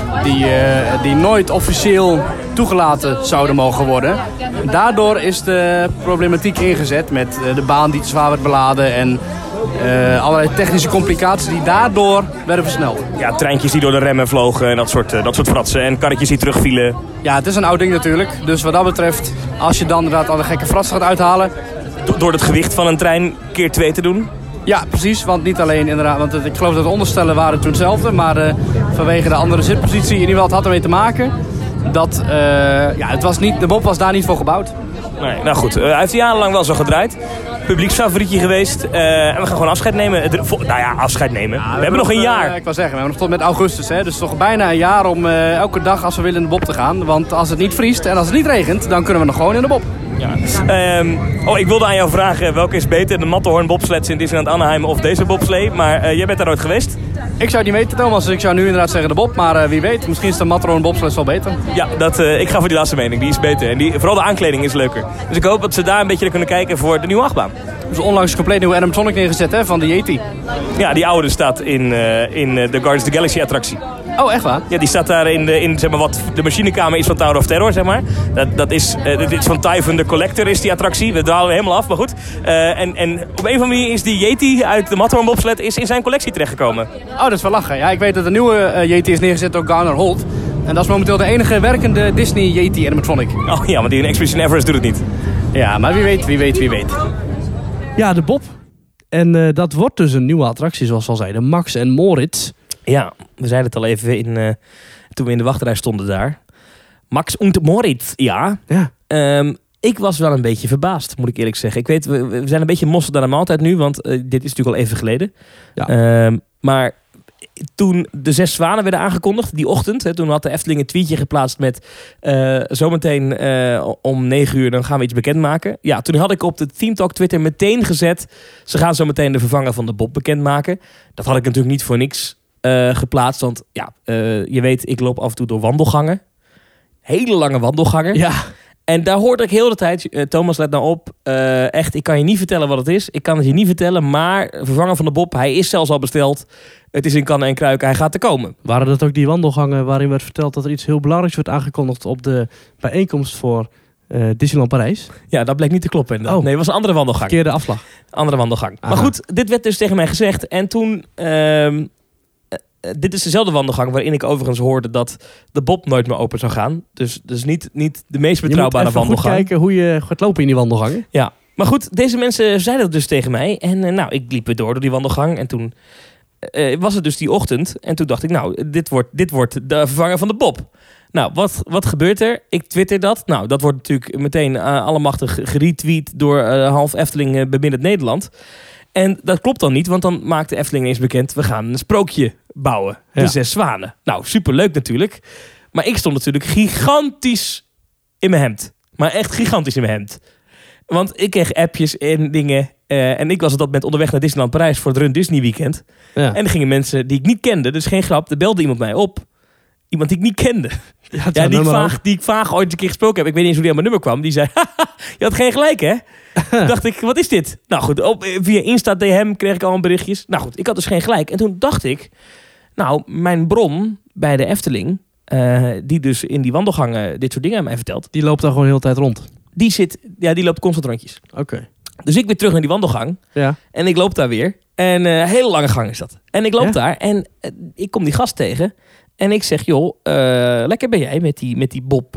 die nooit officieel toegelaten zouden mogen worden. Daardoor is de problematiek ingezet met de baan die te zwaar werd beladen en allerlei technische complicaties die daardoor werden versneld. Ja, treintjes die door de remmen vlogen en dat soort fratsen en karretjes die terugvielen. Ja, het is een oud ding natuurlijk. Dus wat dat betreft, als je dan inderdaad alle gekke fratsen gaat uithalen. Door het gewicht van een trein keer 2 te doen? Ja, precies. Want niet alleen inderdaad, want ik geloof dat de onderstellen waren toen hetzelfde. Maar vanwege de andere zitpositie, in ieder geval, het had ermee te maken dat de Bob was daar niet voor gebouwd. Nee, nou goed, hij heeft jarenlang wel zo gedraaid. Publieksfavorietje geweest. En we gaan gewoon afscheid nemen. Afscheid nemen. Ja, we hebben nog een jaar. Ik wou zeggen, we hebben nog tot met augustus. Hè? Dus toch bijna een jaar om elke dag als we willen in de Bob te gaan. Want als het niet vriest en als het niet regent, dan kunnen we nog gewoon in de Bob. Ja. Ik wilde aan jou vragen, welke is beter? De Matterhorn bobsleds in Disneyland Anaheim of deze bobslee? Maar jij bent daar nooit geweest? Ik zou het niet weten, Thomas. Ik zou nu inderdaad zeggen de Bob. Maar wie weet, misschien is de Matterhorn bobsled wel beter. Ja, ik ga voor die laatste mening. Die is beter. En vooral de aankleding is leuker. Dus ik hoop dat ze daar een beetje kunnen kijken voor de nieuwe achtbaan. Dus onlangs een compleet nieuwe animatronic neergezet, hè, van de Yeti. Ja, die oude staat in de Guardians of the Galaxy attractie. Oh, echt waar? Ja, die staat daar in zeg maar, wat de machinekamer is van Tower of Terror, zeg maar. Dat is van Typhon the Collector is die attractie. We dwalen helemaal af, maar goed. En op een of andere manier is die Yeti uit de Matterhorn bobsled in zijn collectie terechtgekomen. Oh, dat is wel lachen. Ja, ik weet dat de nieuwe Yeti is neergezet door Garner Holt. En dat is momenteel de enige werkende Disney Yeti animatronic. Oh ja, want die in Expedition Everest doet het niet. Ja, maar wie weet. Ja, de Bob. En dat wordt dus een nieuwe attractie, zoals we al zeiden. Max en Moritz. Ja, we zeiden het al even toen we in de wachtrij stonden daar. Max und Moritz, ja. Ik was wel een beetje verbaasd, moet ik eerlijk zeggen. Ik weet, we zijn een beetje mossel naar de maaltijd nu, want dit is natuurlijk al even geleden. Ja. Maar toen de 6 zwanen werden aangekondigd, die ochtend, toen had de Efteling een tweetje geplaatst met zometeen om 9 uur, dan gaan we iets bekendmaken. Ja, toen had ik op de Theme Talk Twitter meteen gezet, ze gaan zometeen de vervanger van de Bob bekendmaken. Dat had ik natuurlijk niet voor niks geplaatst, want je weet, ik loop af en toe door wandelgangen. Hele lange wandelgangen. Ja. En daar hoorde ik heel de tijd, Thomas, let nou op, echt, ik kan je niet vertellen wat het is. Ik kan het je niet vertellen, maar vervanger van de Bob, hij is zelfs al besteld. Het is in kannen en kruiken, hij gaat er komen. Waren dat ook die wandelgangen waarin werd verteld dat er iets heel belangrijks wordt aangekondigd op de bijeenkomst voor Disneyland Parijs? Ja, dat bleek niet te kloppen. Nee, het was een andere wandelgang. Verkeerde afslag. Andere wandelgang. Aha. Maar goed, dit werd dus tegen mij gezegd. En toen... dit is dezelfde wandelgang waarin ik overigens hoorde dat de Bob nooit meer open zou gaan. Dus niet de meest betrouwbare wandelgang. Je moet even kijken hoe je gaat lopen in die wandelgangen. Ja, maar goed, deze mensen zeiden dat dus tegen mij. En ik liep weer door die wandelgang. En toen was het dus die ochtend. En toen dacht ik, dit wordt de vervanger van de Bob. Nou, wat gebeurt er? Ik twitter dat. Nou, dat wordt natuurlijk meteen allemachtig geretweet door half Efteling bemiddeld Nederland. En dat klopt dan niet, want dan maakt de Efteling eens bekend, we gaan een sprookje bouwen. De 6 zwanen. Nou, superleuk natuurlijk. Maar ik stond natuurlijk gigantisch in mijn hemd. Maar echt gigantisch in mijn hemd. Want ik kreeg appjes en dingen. En ik was op dat moment onderweg naar Disneyland Parijs voor het Run Disney Weekend. Ja. En er gingen mensen die ik niet kende, dus geen grap, er belde iemand mij op. Iemand die ik niet kende. Die ik vaag ooit een keer gesproken heb. Ik weet niet eens hoe die aan mijn nummer kwam. Die zei, je had geen gelijk, hè? Toen dacht ik, wat is dit? Nou goed, via Insta DM kreeg ik al een berichtjes. Nou goed, ik had dus geen gelijk. En toen dacht ik, mijn bron bij de Efteling, die dus in die wandelgangen dit soort dingen aan mij vertelt. Die loopt daar gewoon de hele tijd rond? Die loopt constant rondjes. Oké. Dus ik weer terug naar die wandelgang. Ja. En ik loop daar weer. En een hele lange gang is dat. En ik loop daar en ik kom die gast tegen. En ik zeg, joh, lekker ben jij met die Bob...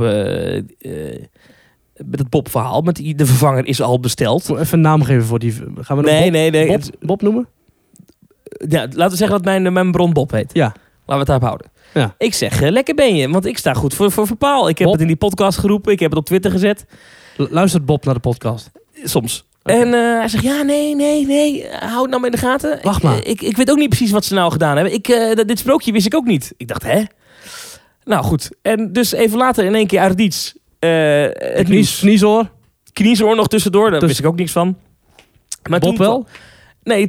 met het Bob-verhaal. De vervanger is al besteld. Even een naam geven voor die... Gaan we nee. Bob noemen? Ja, laten we zeggen dat mijn bron Bob heet. Ja. Laten we het daarop houden. Ja. Ik zeg, lekker ben je. Want ik sta goed voor verpaal. Ik heb het in die podcast geroepen. Ik heb het op Twitter gezet. Luistert Bob naar de podcast? Soms. Okay. En hij zegt, ja, nee. Hou het nou maar in de gaten. Wacht maar. Ik weet ook niet precies wat ze nou gedaan hebben. Dit sprookje wist ik ook niet. Ik dacht, hè? Nou, goed. En dus even later in één keer uit het iets... Kniezoor nog tussendoor. Daar wist ik ook niks van. Maar Bob toen, wel? Nee,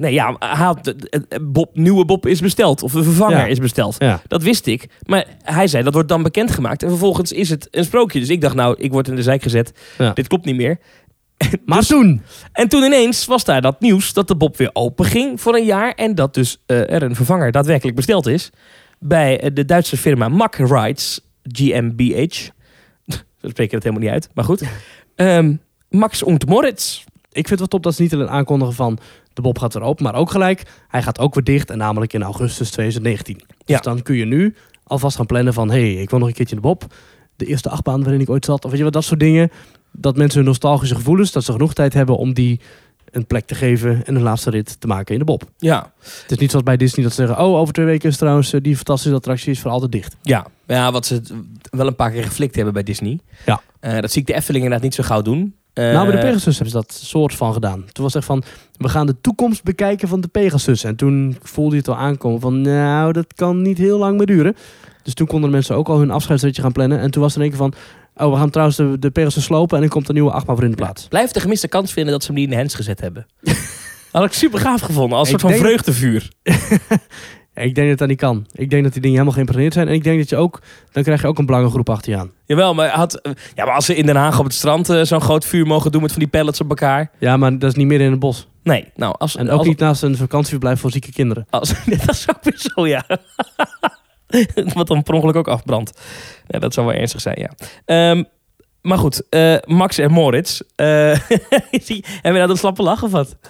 nieuwe Bob is besteld. Of de vervanger is besteld. Ja. Dat wist ik. Maar hij zei, dat wordt dan bekendgemaakt. En vervolgens is het een sprookje. Dus ik dacht, ik word in de zijk gezet. Ja. Dit klopt niet meer. Maar toen? En toen ineens was daar dat nieuws dat de Bob weer open ging voor een jaar. En dat dus er een vervanger daadwerkelijk besteld is. Bij de Duitse firma Mack Rides GmbH. Zo spreek je dat helemaal niet uit. Maar goed. Max und Moritz. Ik vind het wel top dat ze niet alleen aankondigen van... de Bob gaat weer open, maar ook gelijk... hij gaat ook weer dicht en namelijk in augustus 2019. Dus dan kun je nu alvast gaan plannen van... ik wil nog een keertje in de Bob. De eerste achtbaan waarin ik ooit zat. Of weet je wat, dat soort dingen. Dat mensen hun nostalgische gevoelens... dat ze genoeg tijd hebben om die een plek te geven... en een laatste rit te maken in de Bob. Ja. Het is niet zoals bij Disney dat ze zeggen... over 2 weken is trouwens die fantastische attractie is voor altijd dicht. Ja, wat ze wel een paar keer geflikt hebben bij Disney. Ja. Dat zie ik de Efteling inderdaad niet zo gauw doen. Bij de Pegasus hebben ze dat soort van gedaan. Toen was het echt van, we gaan de toekomst bekijken van de Pegasus. En toen voelde je het al aankomen van, dat kan niet heel lang meer duren. Dus toen konden de mensen ook al hun afscheidsritje gaan plannen. En toen was er een keer van, we gaan trouwens de Pegasus slopen en dan komt een nieuwe achtbaan voor in de plaats. Blijf de gemiste kans vinden dat ze hem niet in de hands gezet hebben. Had ik super gaaf gevonden, als een soort van vreugdevuur. Ik denk dat dat niet kan. Ik denk dat die dingen helemaal geïmpregneerd zijn. En ik denk dat je ook... Dan krijg je ook een belangengroep achter je aan. Jawel, maar als ze in Den Haag op het strand zo'n groot vuur mogen doen met van die pellets op elkaar. Ja, maar dat is niet meer in het bos. Nee. Niet naast een vakantieverblijf voor zieke kinderen. Dat is ook weer zo, ja. Wat dan per ongeluk ook afbrandt. Ja, dat zou wel ernstig zijn, ja. Maar goed, Max en Moritz. Hebben we nou een slappe lach of wat?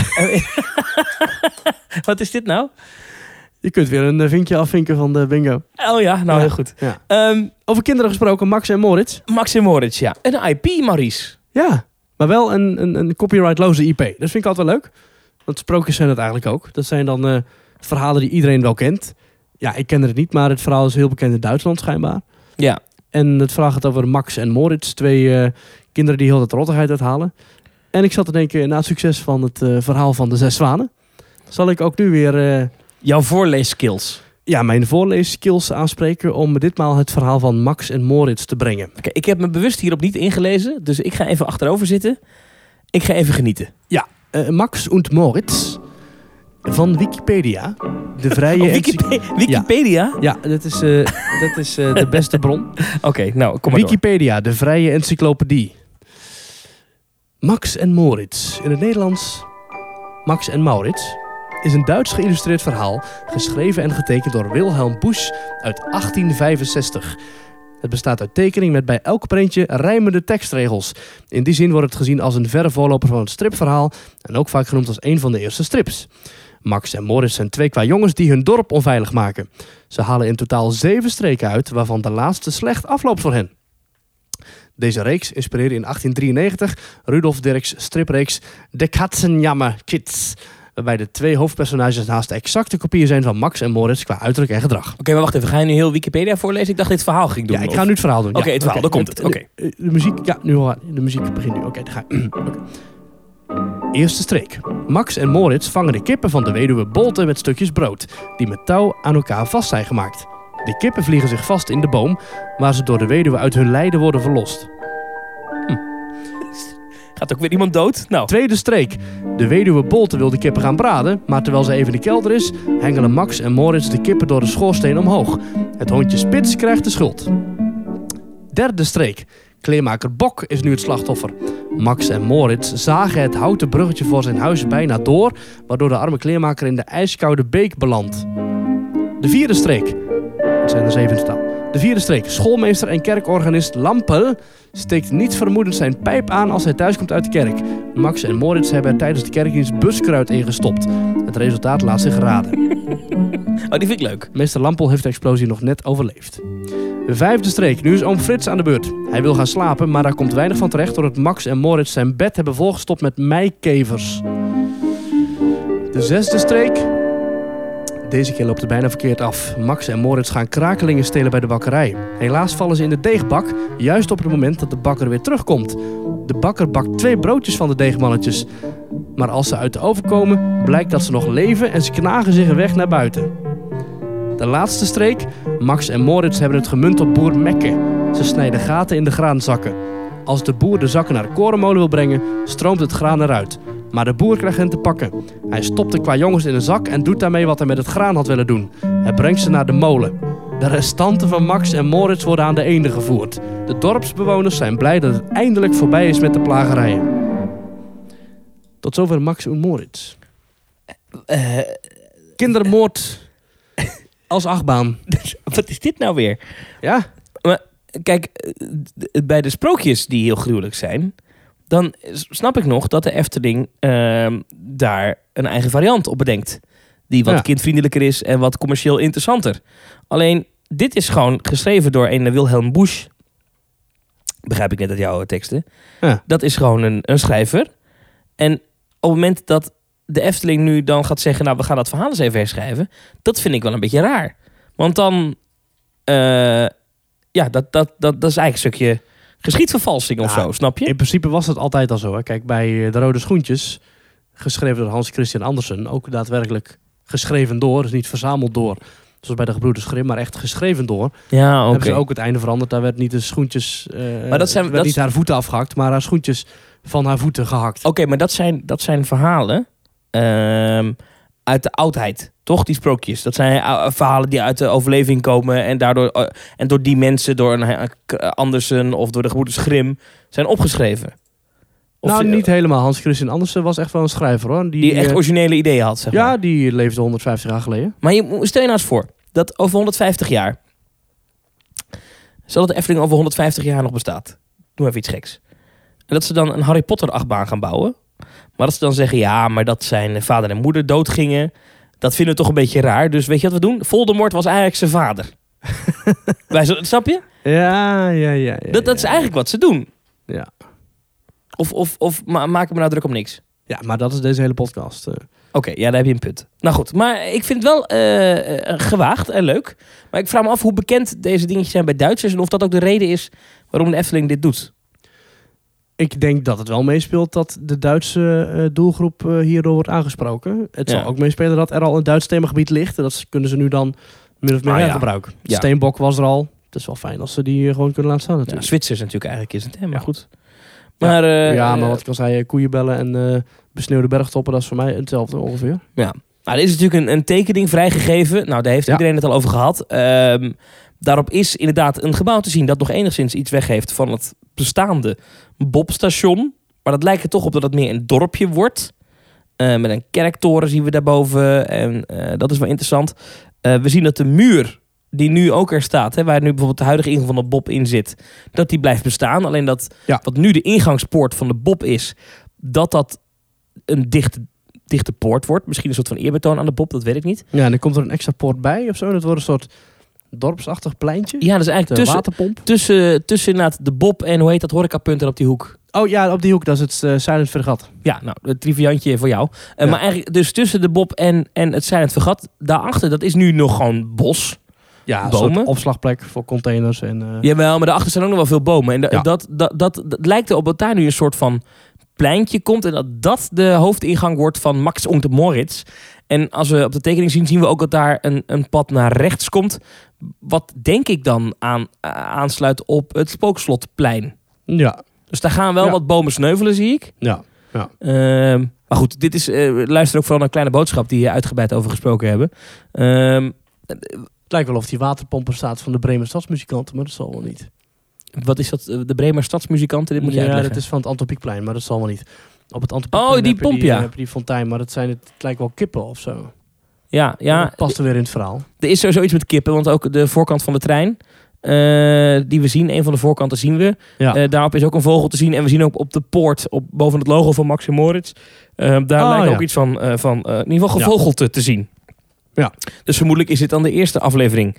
Wat is dit nou? Je kunt weer een vinkje afvinken van de bingo. Oh ja, heel goed. Ja. Over kinderen gesproken, Max en Moritz. Max en Moritz, ja. Een IP, Maurice. Ja, maar wel een copyrightloze IP. Dat vind ik altijd wel leuk. Want sprookjes zijn dat eigenlijk ook. Dat zijn dan verhalen die iedereen wel kent. Ja, ik ken het niet, maar het verhaal is heel bekend in Duitsland schijnbaar. Ja. En het verhaal gaat over Max en Moritz. 2 kinderen die heel de rottigheid uithalen. En ik zat te denken, na het succes van het verhaal van de 6 zwanen... zal ik ook nu weer... jouw voorleeskills. Ja, mijn voorleeskills aanspreken om ditmaal het verhaal van Max en Moritz te brengen. Okay, ik heb me bewust hierop niet ingelezen, dus ik ga even achterover zitten. Ik ga even genieten. Ja, Max und Moritz van Wikipedia. De vrije Wikipedia? Ja, dat is de beste bron. Oké, nou, kom maar Wikipedia, de vrije encyclopedie. Max en Moritz. In het Nederlands Max en Maurits is een Duits geïllustreerd verhaal, geschreven en getekend door Wilhelm Busch uit 1865. Het bestaat uit tekening met bij elk prentje rijmende tekstregels. In die zin wordt het gezien als een verre voorloper van het stripverhaal en ook vaak genoemd als een van de eerste strips. Max en Moritz zijn 2 kwajongens die hun dorp onveilig maken. Ze halen in totaal 7 streken uit, waarvan de laatste slecht afloopt voor hen. Deze reeks inspireerde in 1893 Rudolf Dirks stripreeks De Katzenjammer Kids, waarbij de 2 hoofdpersonages naast exacte kopieën zijn van Max en Moritz qua uiterlijk en gedrag. Oké, maar wacht even. Ga je nu heel Wikipedia voorlezen? Ik dacht dit verhaal ging doen. Ja, ik ga nu het verhaal doen. Oké, het verhaal, daar komt het. Oké. De muziek, ja, de muziek begint nu. Oké, dan ga ik. Okay. Eerste streek. Max en Moritz vangen de kippen van de weduwe Bolte met stukjes brood, die met touw aan elkaar vast zijn gemaakt. De kippen vliegen zich vast in de boom, waar ze door de weduwe uit hun lijden worden verlost. Gaat ook weer iemand dood? Nou. Tweede streek. De weduwe Bolte wil de kippen gaan braden, maar terwijl ze even in de kelder is, hengelen Max en Moritz de kippen door de schoorsteen omhoog. Het hondje Spits krijgt de schuld. Derde streek. Kleermaker Bok is nu het slachtoffer. Max en Moritz zagen het houten bruggetje voor zijn huis bijna door, waardoor de arme kleermaker in de ijskoude beek belandt. De vierde streek. Het zijn er 7 in totaal. De vierde streek. Schoolmeester en kerkorganist Lampel steekt niet vermoedend zijn pijp aan als hij thuiskomt uit de kerk. Max en Moritz hebben er tijdens de kerkdienst buskruid ingestopt. Het resultaat laat zich raden. Oh, die vind ik leuk. Meester Lampel heeft de explosie nog net overleefd. De vijfde streek. Nu is oom Frits aan de beurt. Hij wil gaan slapen, maar daar komt weinig van terecht doordat Max en Moritz zijn bed hebben volgestopt met meikevers. De zesde streek. Deze keer loopt het bijna verkeerd af. Max en Moritz gaan krakelingen stelen bij de bakkerij. Helaas vallen ze in de deegbak, juist op het moment dat de bakker weer terugkomt. De bakker bakt 2 broodjes van de deegmannetjes. Maar als ze uit de oven komen, blijkt dat ze nog leven en ze knagen zich een weg naar buiten. De laatste streek. Max en Moritz hebben het gemunt op boer Mekke. Ze snijden gaten in de graanzakken. Als de boer de zakken naar de korenmolen wil brengen, stroomt het graan eruit. Maar de boer krijgt hen te pakken. Hij stopt de kwajongens in een zak en doet daarmee wat hij met het graan had willen doen. Hij brengt ze naar de molen. De restanten van Max en Moritz worden aan de eenden gevoerd. De dorpsbewoners zijn blij dat het eindelijk voorbij is met de plagerijen. Tot zover Max en Moritz. Kindermoord als achtbaan. Wat is dit nou weer? Ja. Maar kijk, bij de sprookjes die heel gruwelijk zijn, dan snap ik nog dat de Efteling daar een eigen variant op bedenkt. Die wat kindvriendelijker is en wat commercieel interessanter. Alleen, dit is gewoon geschreven door een Wilhelm Busch. Begrijp ik net uit jouw teksten. Ja. Dat is gewoon een schrijver. En op het moment dat de Efteling nu dan gaat zeggen, nou, we gaan dat verhaal eens even herschrijven. Dat vind ik wel een beetje raar. Want dan, dat is eigenlijk een stukje geschiedvervalsing of zo, snap je? In principe was dat altijd al zo. Hè? Kijk, bij De Rode Schoentjes, geschreven door Hans Christian Andersen, ook daadwerkelijk geschreven door, dus niet verzameld door, zoals bij de Gebroeders Grimm, maar echt geschreven door. Ja, oké. Hebben ze ook het einde veranderd. Daar werd niet de schoentjes, niet haar voeten afgehakt, maar haar schoentjes van haar voeten gehakt. Oké, maar dat zijn verhalen uit de oudheid, toch? Die sprookjes. Dat zijn verhalen die uit de overleving komen en daardoor en door die mensen, door een Andersen of door de Gebroeders Grimm zijn opgeschreven. Niet helemaal. Hans Christian Andersen was echt wel een schrijver, hoor. Die echt originele ideeën had, zeg maar. Ja, die leefde 150 jaar geleden. Maar stel je nou eens voor dat over 150 jaar, stel dat de Efteling over 150 jaar nog bestaat. Doe even iets geks. En dat ze dan een Harry Potter achtbaan gaan bouwen. Maar dat ze dan zeggen, ja, maar dat zijn vader en moeder doodgingen. Dat vinden we toch een beetje raar. Dus weet je wat we doen? Voldemort was eigenlijk zijn vader. Snap je? Ja. Dat is eigenlijk wat ze doen. Ja. Of maken we nou druk om niks? Ja, maar dat is deze hele podcast. Oké, ja, daar heb je een punt. Nou goed, maar ik vind het wel gewaagd en leuk. Maar ik vraag me af hoe bekend deze dingetjes zijn bij Duitsers en of dat ook de reden is waarom de Efteling dit doet. Ik denk dat het wel meespeelt dat de Duitse doelgroep hierdoor wordt aangesproken. Het zal ook meespelen dat er al een Duits themagebied ligt. En dat kunnen ze nu dan min of meer gebruiken. Ja. Steenbok was er al. Het is wel fijn als ze die gewoon kunnen laten staan natuurlijk. Ja, Zwitsers natuurlijk eigenlijk is het, hè? Maar goed. Maar, maar wat ik al zei, koeienbellen en besneeuwde bergtoppen, dat is voor mij hetzelfde ongeveer. Ja. Nou, er is natuurlijk een tekening vrijgegeven. Nou, daar heeft iedereen het al over gehad. Daarop is inderdaad een gebouw te zien dat nog enigszins iets weggeeft van het bestaande Bobstation. Maar dat lijkt er toch op dat het meer een dorpje wordt. Met een kerktoren zien we daarboven. En dat is wel interessant. We zien dat de muur die nu ook er staat, hè, waar nu bijvoorbeeld de huidige ingang van de Bob in zit, dat die blijft bestaan. Alleen dat wat nu de ingangspoort van de Bob is, dat een dichte poort wordt. Misschien een soort van eerbetoon aan de Bob, dat weet ik niet. Ja, en dan komt er een extra poort bij of zo. Dat wordt een soort dorpsachtig pleintje. Ja, dat is eigenlijk waterpomp. Tussen inderdaad de Bob en hoe heet dat horecapunt er op die hoek. Oh ja, op die hoek, dat is het Silent Vergat. Ja, nou, het triviantje voor jou. Maar eigenlijk dus tussen de Bob en het Silent Vergat, daarachter, dat is nu nog gewoon bos. Ja, bomen. Een soort opslagplek voor containers. Jawel, maar daarachter staan ook nog wel veel bomen. En dat lijkt erop dat daar nu een soort van pleintje komt. En dat de hoofdingang wordt van Max und Moritz. En als we op de tekening zien we ook dat daar een pad naar rechts komt. Wat denk ik dan aansluit op het Spookslotplein. Ja. Dus daar gaan wel wat bomen sneuvelen, zie ik. Ja. Maar goed, dit is, luister ook vooral naar een kleine boodschap die hier uitgebreid over gesproken hebben. Het lijkt wel of die waterpomper staat van de Bremer Stadsmuzikanten, maar dat zal wel niet. Wat is dat? De Bremer Stadsmuzikanten? Dit moet je uitleggen. Ja, dat is van het Antropiekplein, maar dat zal wel niet. Op het Antropiekplein die pomp, heb je die fontein, maar het lijkt wel kippen of zo. Ja. Dat past er weer in het verhaal. Er is sowieso iets met kippen, want ook de voorkant van de trein die we zien, een van de voorkanten zien we. Ja. Daarop is ook een vogel te zien en we zien ook op de poort, boven het logo van Max en Moritz, daar lijkt ook iets van in ieder geval gevogelte te zien. Ja. Dus vermoedelijk is dit dan de eerste aflevering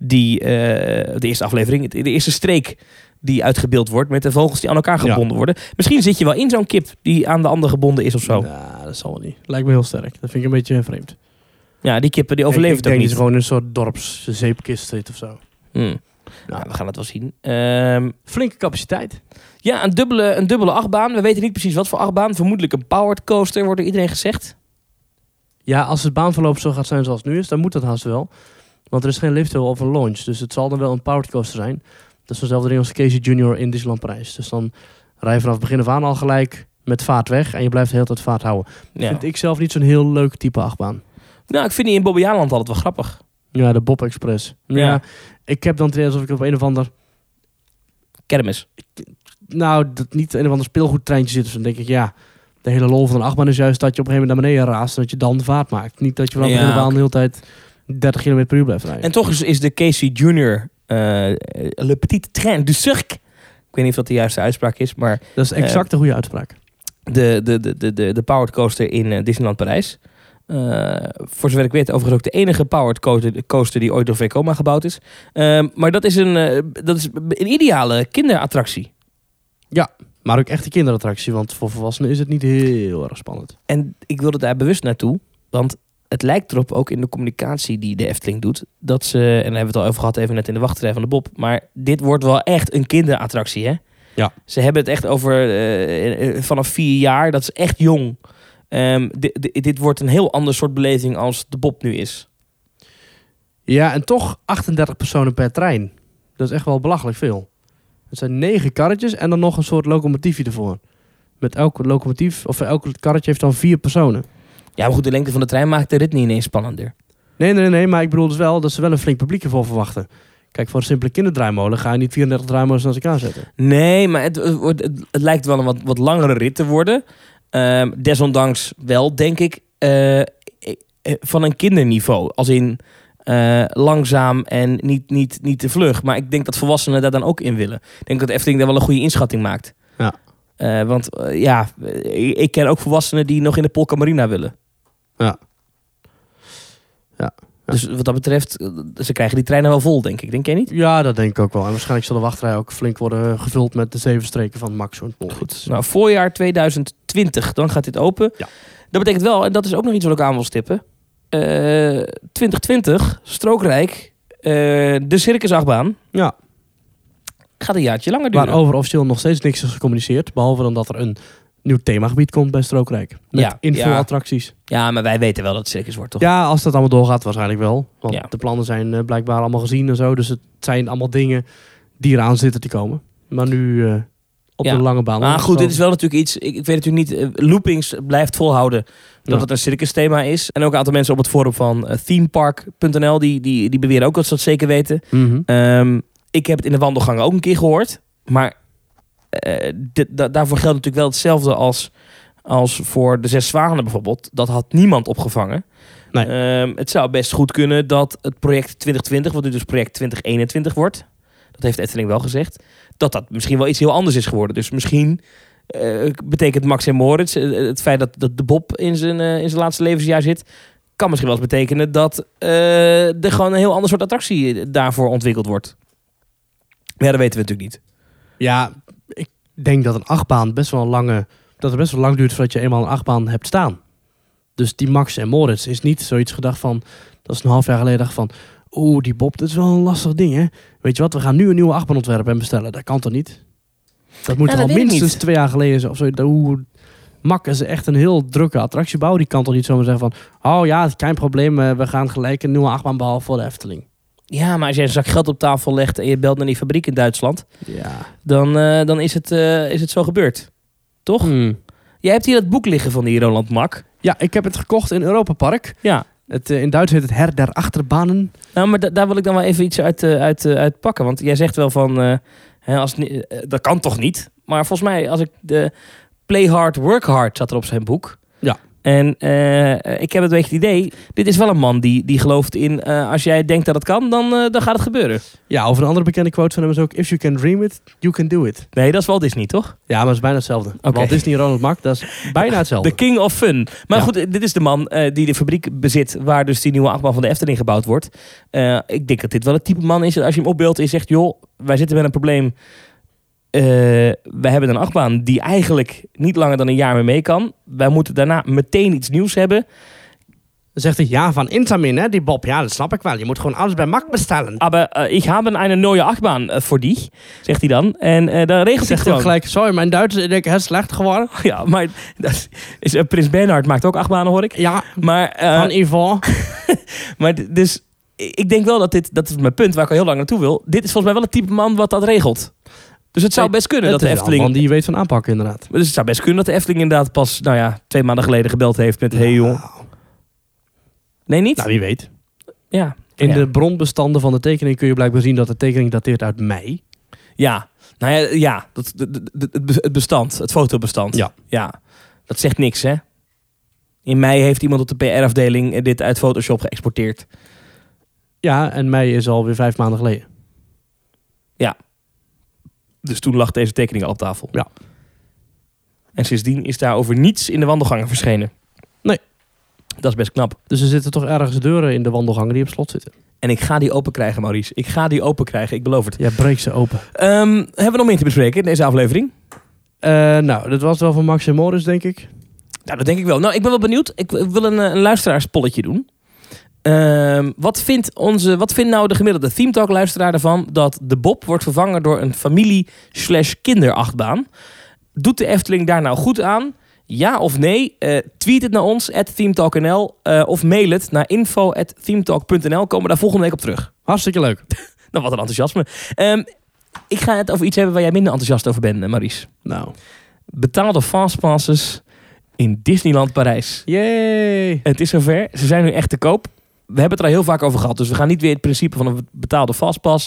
de eerste streek die uitgebeeld wordt met de vogels die aan elkaar gebonden worden. Misschien zit je wel in zo'n kip die aan de ander gebonden is of zo. Ja, dat zal wel niet. Lijkt me heel sterk. Dat vind ik een beetje vreemd. Ja, die kippen die overleven het ook niet. Ik denk dat het gewoon een soort dorpszeepkist zit of zo. Nou, we gaan het wel zien. Flinke capaciteit. Ja, een dubbele achtbaan. We weten niet precies wat voor achtbaan. Vermoedelijk een powered coaster, wordt door iedereen gezegd. Ja, als het baanverloop zo gaat zijn zoals het nu is, dan moet dat haast wel. Want er is geen lift of een launch. Dus het zal dan wel een powered coaster zijn. Dat is dezelfde ding als Casey Junior in Disneyland Parijs. Dus dan rij je vanaf het begin af aan al gelijk met vaart weg. En je blijft de hele tijd vaart houden. Dat vind ik zelf niet zo'n heel leuk type achtbaan. Nou, ik vind die in Bobbejaanland altijd wel grappig. Ja, de Bob Express. Ja. Ik heb dan het idee alsof ik op een of ander... kermis. Nou, dat niet een of ander speelgoedtreintje zit. Dus dan denk ik, de hele lol van een achtbaan is juist dat je op een gegeven moment naar beneden raast. En dat je dan de vaart maakt. Niet dat je vanaf de hele tijd 30 km per uur blijft rijden. En toch is de Casey Junior Le Petit Train du Cirque. Ik weet niet of dat de juiste uitspraak is, maar... Dat is exact de goede uitspraak. De powered coaster in Disneyland Parijs. Voor zover ik weet overigens ook de enige powered coaster die ooit door Vekoma gebouwd is. Maar dat is een ideale kinderattractie. Ja, maar ook echt een kinderattractie, want voor volwassenen is het niet heel erg spannend. En ik wilde daar bewust naartoe, want het lijkt erop, ook in de communicatie die de Efteling doet, dat ze, en daar hebben we het al over gehad even net in de wachtrij van de Bob, maar dit wordt wel echt een kinderattractie, hè? Ja. Ze hebben het echt over vanaf 4 jaar, dat is echt jong. Dit wordt een heel ander soort beleving als de Bob nu is. Ja, en toch 38 personen per trein. Dat is echt wel belachelijk veel. Het zijn 9 karretjes en dan nog een soort locomotiefje ervoor. Met elke locomotief, of elk karretje heeft dan 4 personen. Ja, maar goed, de lengte van de trein maakt de rit niet ineens spannender. Nee, maar ik bedoel dus wel dat ze wel een flink publiek ervoor verwachten. Kijk, voor een simpele kinderdraaimolen ga je niet 34 draaimolens naast elkaar zetten. Nee, maar het lijkt wel een wat langere rit te worden. Desondanks wel, denk ik, van een kinderniveau. Als in langzaam en niet te vlug. Maar ik denk dat volwassenen daar dan ook in willen. Ik denk dat Efteling daar wel een goede inschatting maakt. Ja. Want ik ken ook volwassenen die nog in de Polka Marina willen. Ja. Dus wat dat betreft, ze krijgen die treinen wel vol, denk ik. Denk jij niet? Ja, dat denk ik ook wel. En waarschijnlijk zal de wachtrij ook flink worden gevuld met de 7 streken van Max. Goed. Nou, voorjaar 2022 2020, dan gaat dit open. Ja. Dat betekent wel, en dat is ook nog iets wat ik aan wil stippen. 2020, Strookrijk, de circusachtbaan. Ja. Gaat een jaartje langer duren. Waarover officieel nog steeds niks is gecommuniceerd. Behalve dan dat er een nieuw themagebied komt bij Strookrijk. Met invulattracties. Ja, maar wij weten wel dat het circus wordt, toch? Ja, als dat allemaal doorgaat waarschijnlijk wel. Want Ja. de plannen zijn blijkbaar allemaal gezien en zo. Dus het zijn allemaal dingen die eraan zitten te komen. Maar nu op de lange baan. Maar goed, dit is wel natuurlijk iets... Ik weet natuurlijk niet... Loopings blijft volhouden dat het een circusthema is. En ook een aantal mensen op het forum van themepark.nl... Die beweren ook dat ze dat zeker weten. Mhm. Ik heb het in de wandelgangen ook een keer gehoord. Maar daarvoor geldt natuurlijk wel hetzelfde als voor de 6 Zwanen bijvoorbeeld. Dat had niemand opgevangen. Nee. Het zou best goed kunnen dat het project 2020... wat nu dus project 2021 wordt... dat heeft Efteling wel gezegd... dat misschien wel iets heel anders is geworden. Dus misschien betekent Max en Moritz... het feit dat de Bob in zijn laatste levensjaar zit... kan misschien wel eens betekenen dat er gewoon een heel ander soort attractie daarvoor ontwikkeld wordt. Maar ja, dat weten we natuurlijk niet. Ja, ik denk dat een achtbaan best wel lang duurt voordat je eenmaal een achtbaan hebt staan. Dus die Max en Moritz is niet zoiets gedacht van... dat is een half jaar geleden dacht van... oeh, die Bob, dat is wel een lastig ding, hè? Weet je wat, we gaan nu een nieuwe achtbaan ontwerpen en bestellen. Dat kan toch niet? Dat moet al minstens 2 jaar geleden zijn of zo. Mak is echt een heel drukke attractiebouw. Die kan toch niet zomaar zeggen van... oh ja, geen probleem, we gaan gelijk een nieuwe achtbaan bouwen voor de Efteling. Ja, maar als jij een zak geld op tafel legt... en je belt naar die fabriek in Duitsland... Ja. dan is het zo gebeurd. Toch? Jij hebt hier dat boek liggen van die Roland Mak. Ja, ik heb het gekocht in Europa Park. Ja. In Duits heet het Herr der Achterbanen. Nou, maar daar wil ik dan wel even iets uit pakken. Want jij zegt wel van... dat kan toch niet? Maar volgens mij, als ik de Play Hard, Work Hard zat er op zijn boek. Ja. En ik heb het beetje het idee... Dit is wel een man die gelooft in... als jij denkt dat het kan, dan gaat het gebeuren. Ja, over een andere bekende quote van hem is ook... If you can dream it, you can do it. Nee, dat is Walt Disney, toch? Ja, maar het is bijna hetzelfde. Okay. Walt Disney en Ronald Mak, dat is bijna hetzelfde. The King of Fun. Maar Ja. goed, dit is de man die de fabriek bezit... waar dus die nieuwe achtbaan van de Efteling gebouwd wordt. Ik denk dat dit wel het type man is... als je hem opbeeldt en je zegt... joh, wij zitten met een probleem... wij hebben een achtbaan die eigenlijk niet langer dan een jaar meer mee kan. Wij moeten daarna meteen iets nieuws hebben. Dan zegt hij, ja, van Intamin, hè, die Bob. Ja, dat snap ik wel. Je moet gewoon alles bij Mak bestellen. Maar ik heb een nieuwe achtbaan voor die, zegt hij dan. En dan regelt hij Zegt gewoon. hij gelijk, sorry, mijn Duits is heel slecht geworden. Ja, maar dat is, Prins Bernhard maakt ook achtbanen, hoor ik. Ja, maar, van Yvonne. maar dus, ik denk wel dat is mijn punt waar ik al heel lang naartoe wil. Dit is volgens mij wel het type man wat dat regelt. Dus het zou best kunnen dat de Efteling... man die weet van aanpakken, inderdaad. Dus het zou best kunnen dat de Efteling inderdaad pas, 2 maanden geleden gebeld heeft met... Hey joh. Nee, niet? Nou, wie weet. Ja. In de bronbestanden van de tekening kun je blijkbaar zien dat de tekening dateert uit mei. Ja. Nou ja, het bestand, het fotobestand. Ja. Dat zegt niks, hè? In mei heeft iemand op de PR-afdeling dit uit Photoshop geëxporteerd. Ja, en mei is alweer 5 maanden geleden. Ja. Dus toen lag deze tekening al op tafel. Ja. En sindsdien is daar over niets in de wandelgangen verschenen. Nee. Dat is best knap. Dus er zitten toch ergens deuren in de wandelgangen die op slot zitten. En ik ga die open krijgen, Maurice. Ik ga die open krijgen, ik beloof het. Ja, breek ze open. Hebben we nog meer te bespreken in deze aflevering? Nou, dat was het wel van Max en Moritz, denk ik. Nou, dat denk ik wel. Nou, ik ben wel benieuwd. Ik wil een luisteraarspolletje doen. Wat vindt nou de gemiddelde Theme Talk luisteraar ervan dat de Bob wordt vervangen door een familie/kinderachtbaan? Doet de Efteling daar nou goed aan? Ja of nee? Tweet het naar ons, @themetalknl, of mail het naar info@themetalk.nl. Komen we daar volgende week op terug. Hartstikke leuk. Nou, wat een enthousiasme. Ik ga het over iets hebben waar jij minder enthousiast over bent, Maurice. Nou. Betaalde fastpasses in Disneyland Parijs. Yay! Het is zover. Ze zijn nu echt te koop. We hebben het er al heel vaak over gehad. Dus we gaan niet weer het principe van een betaalde fastpass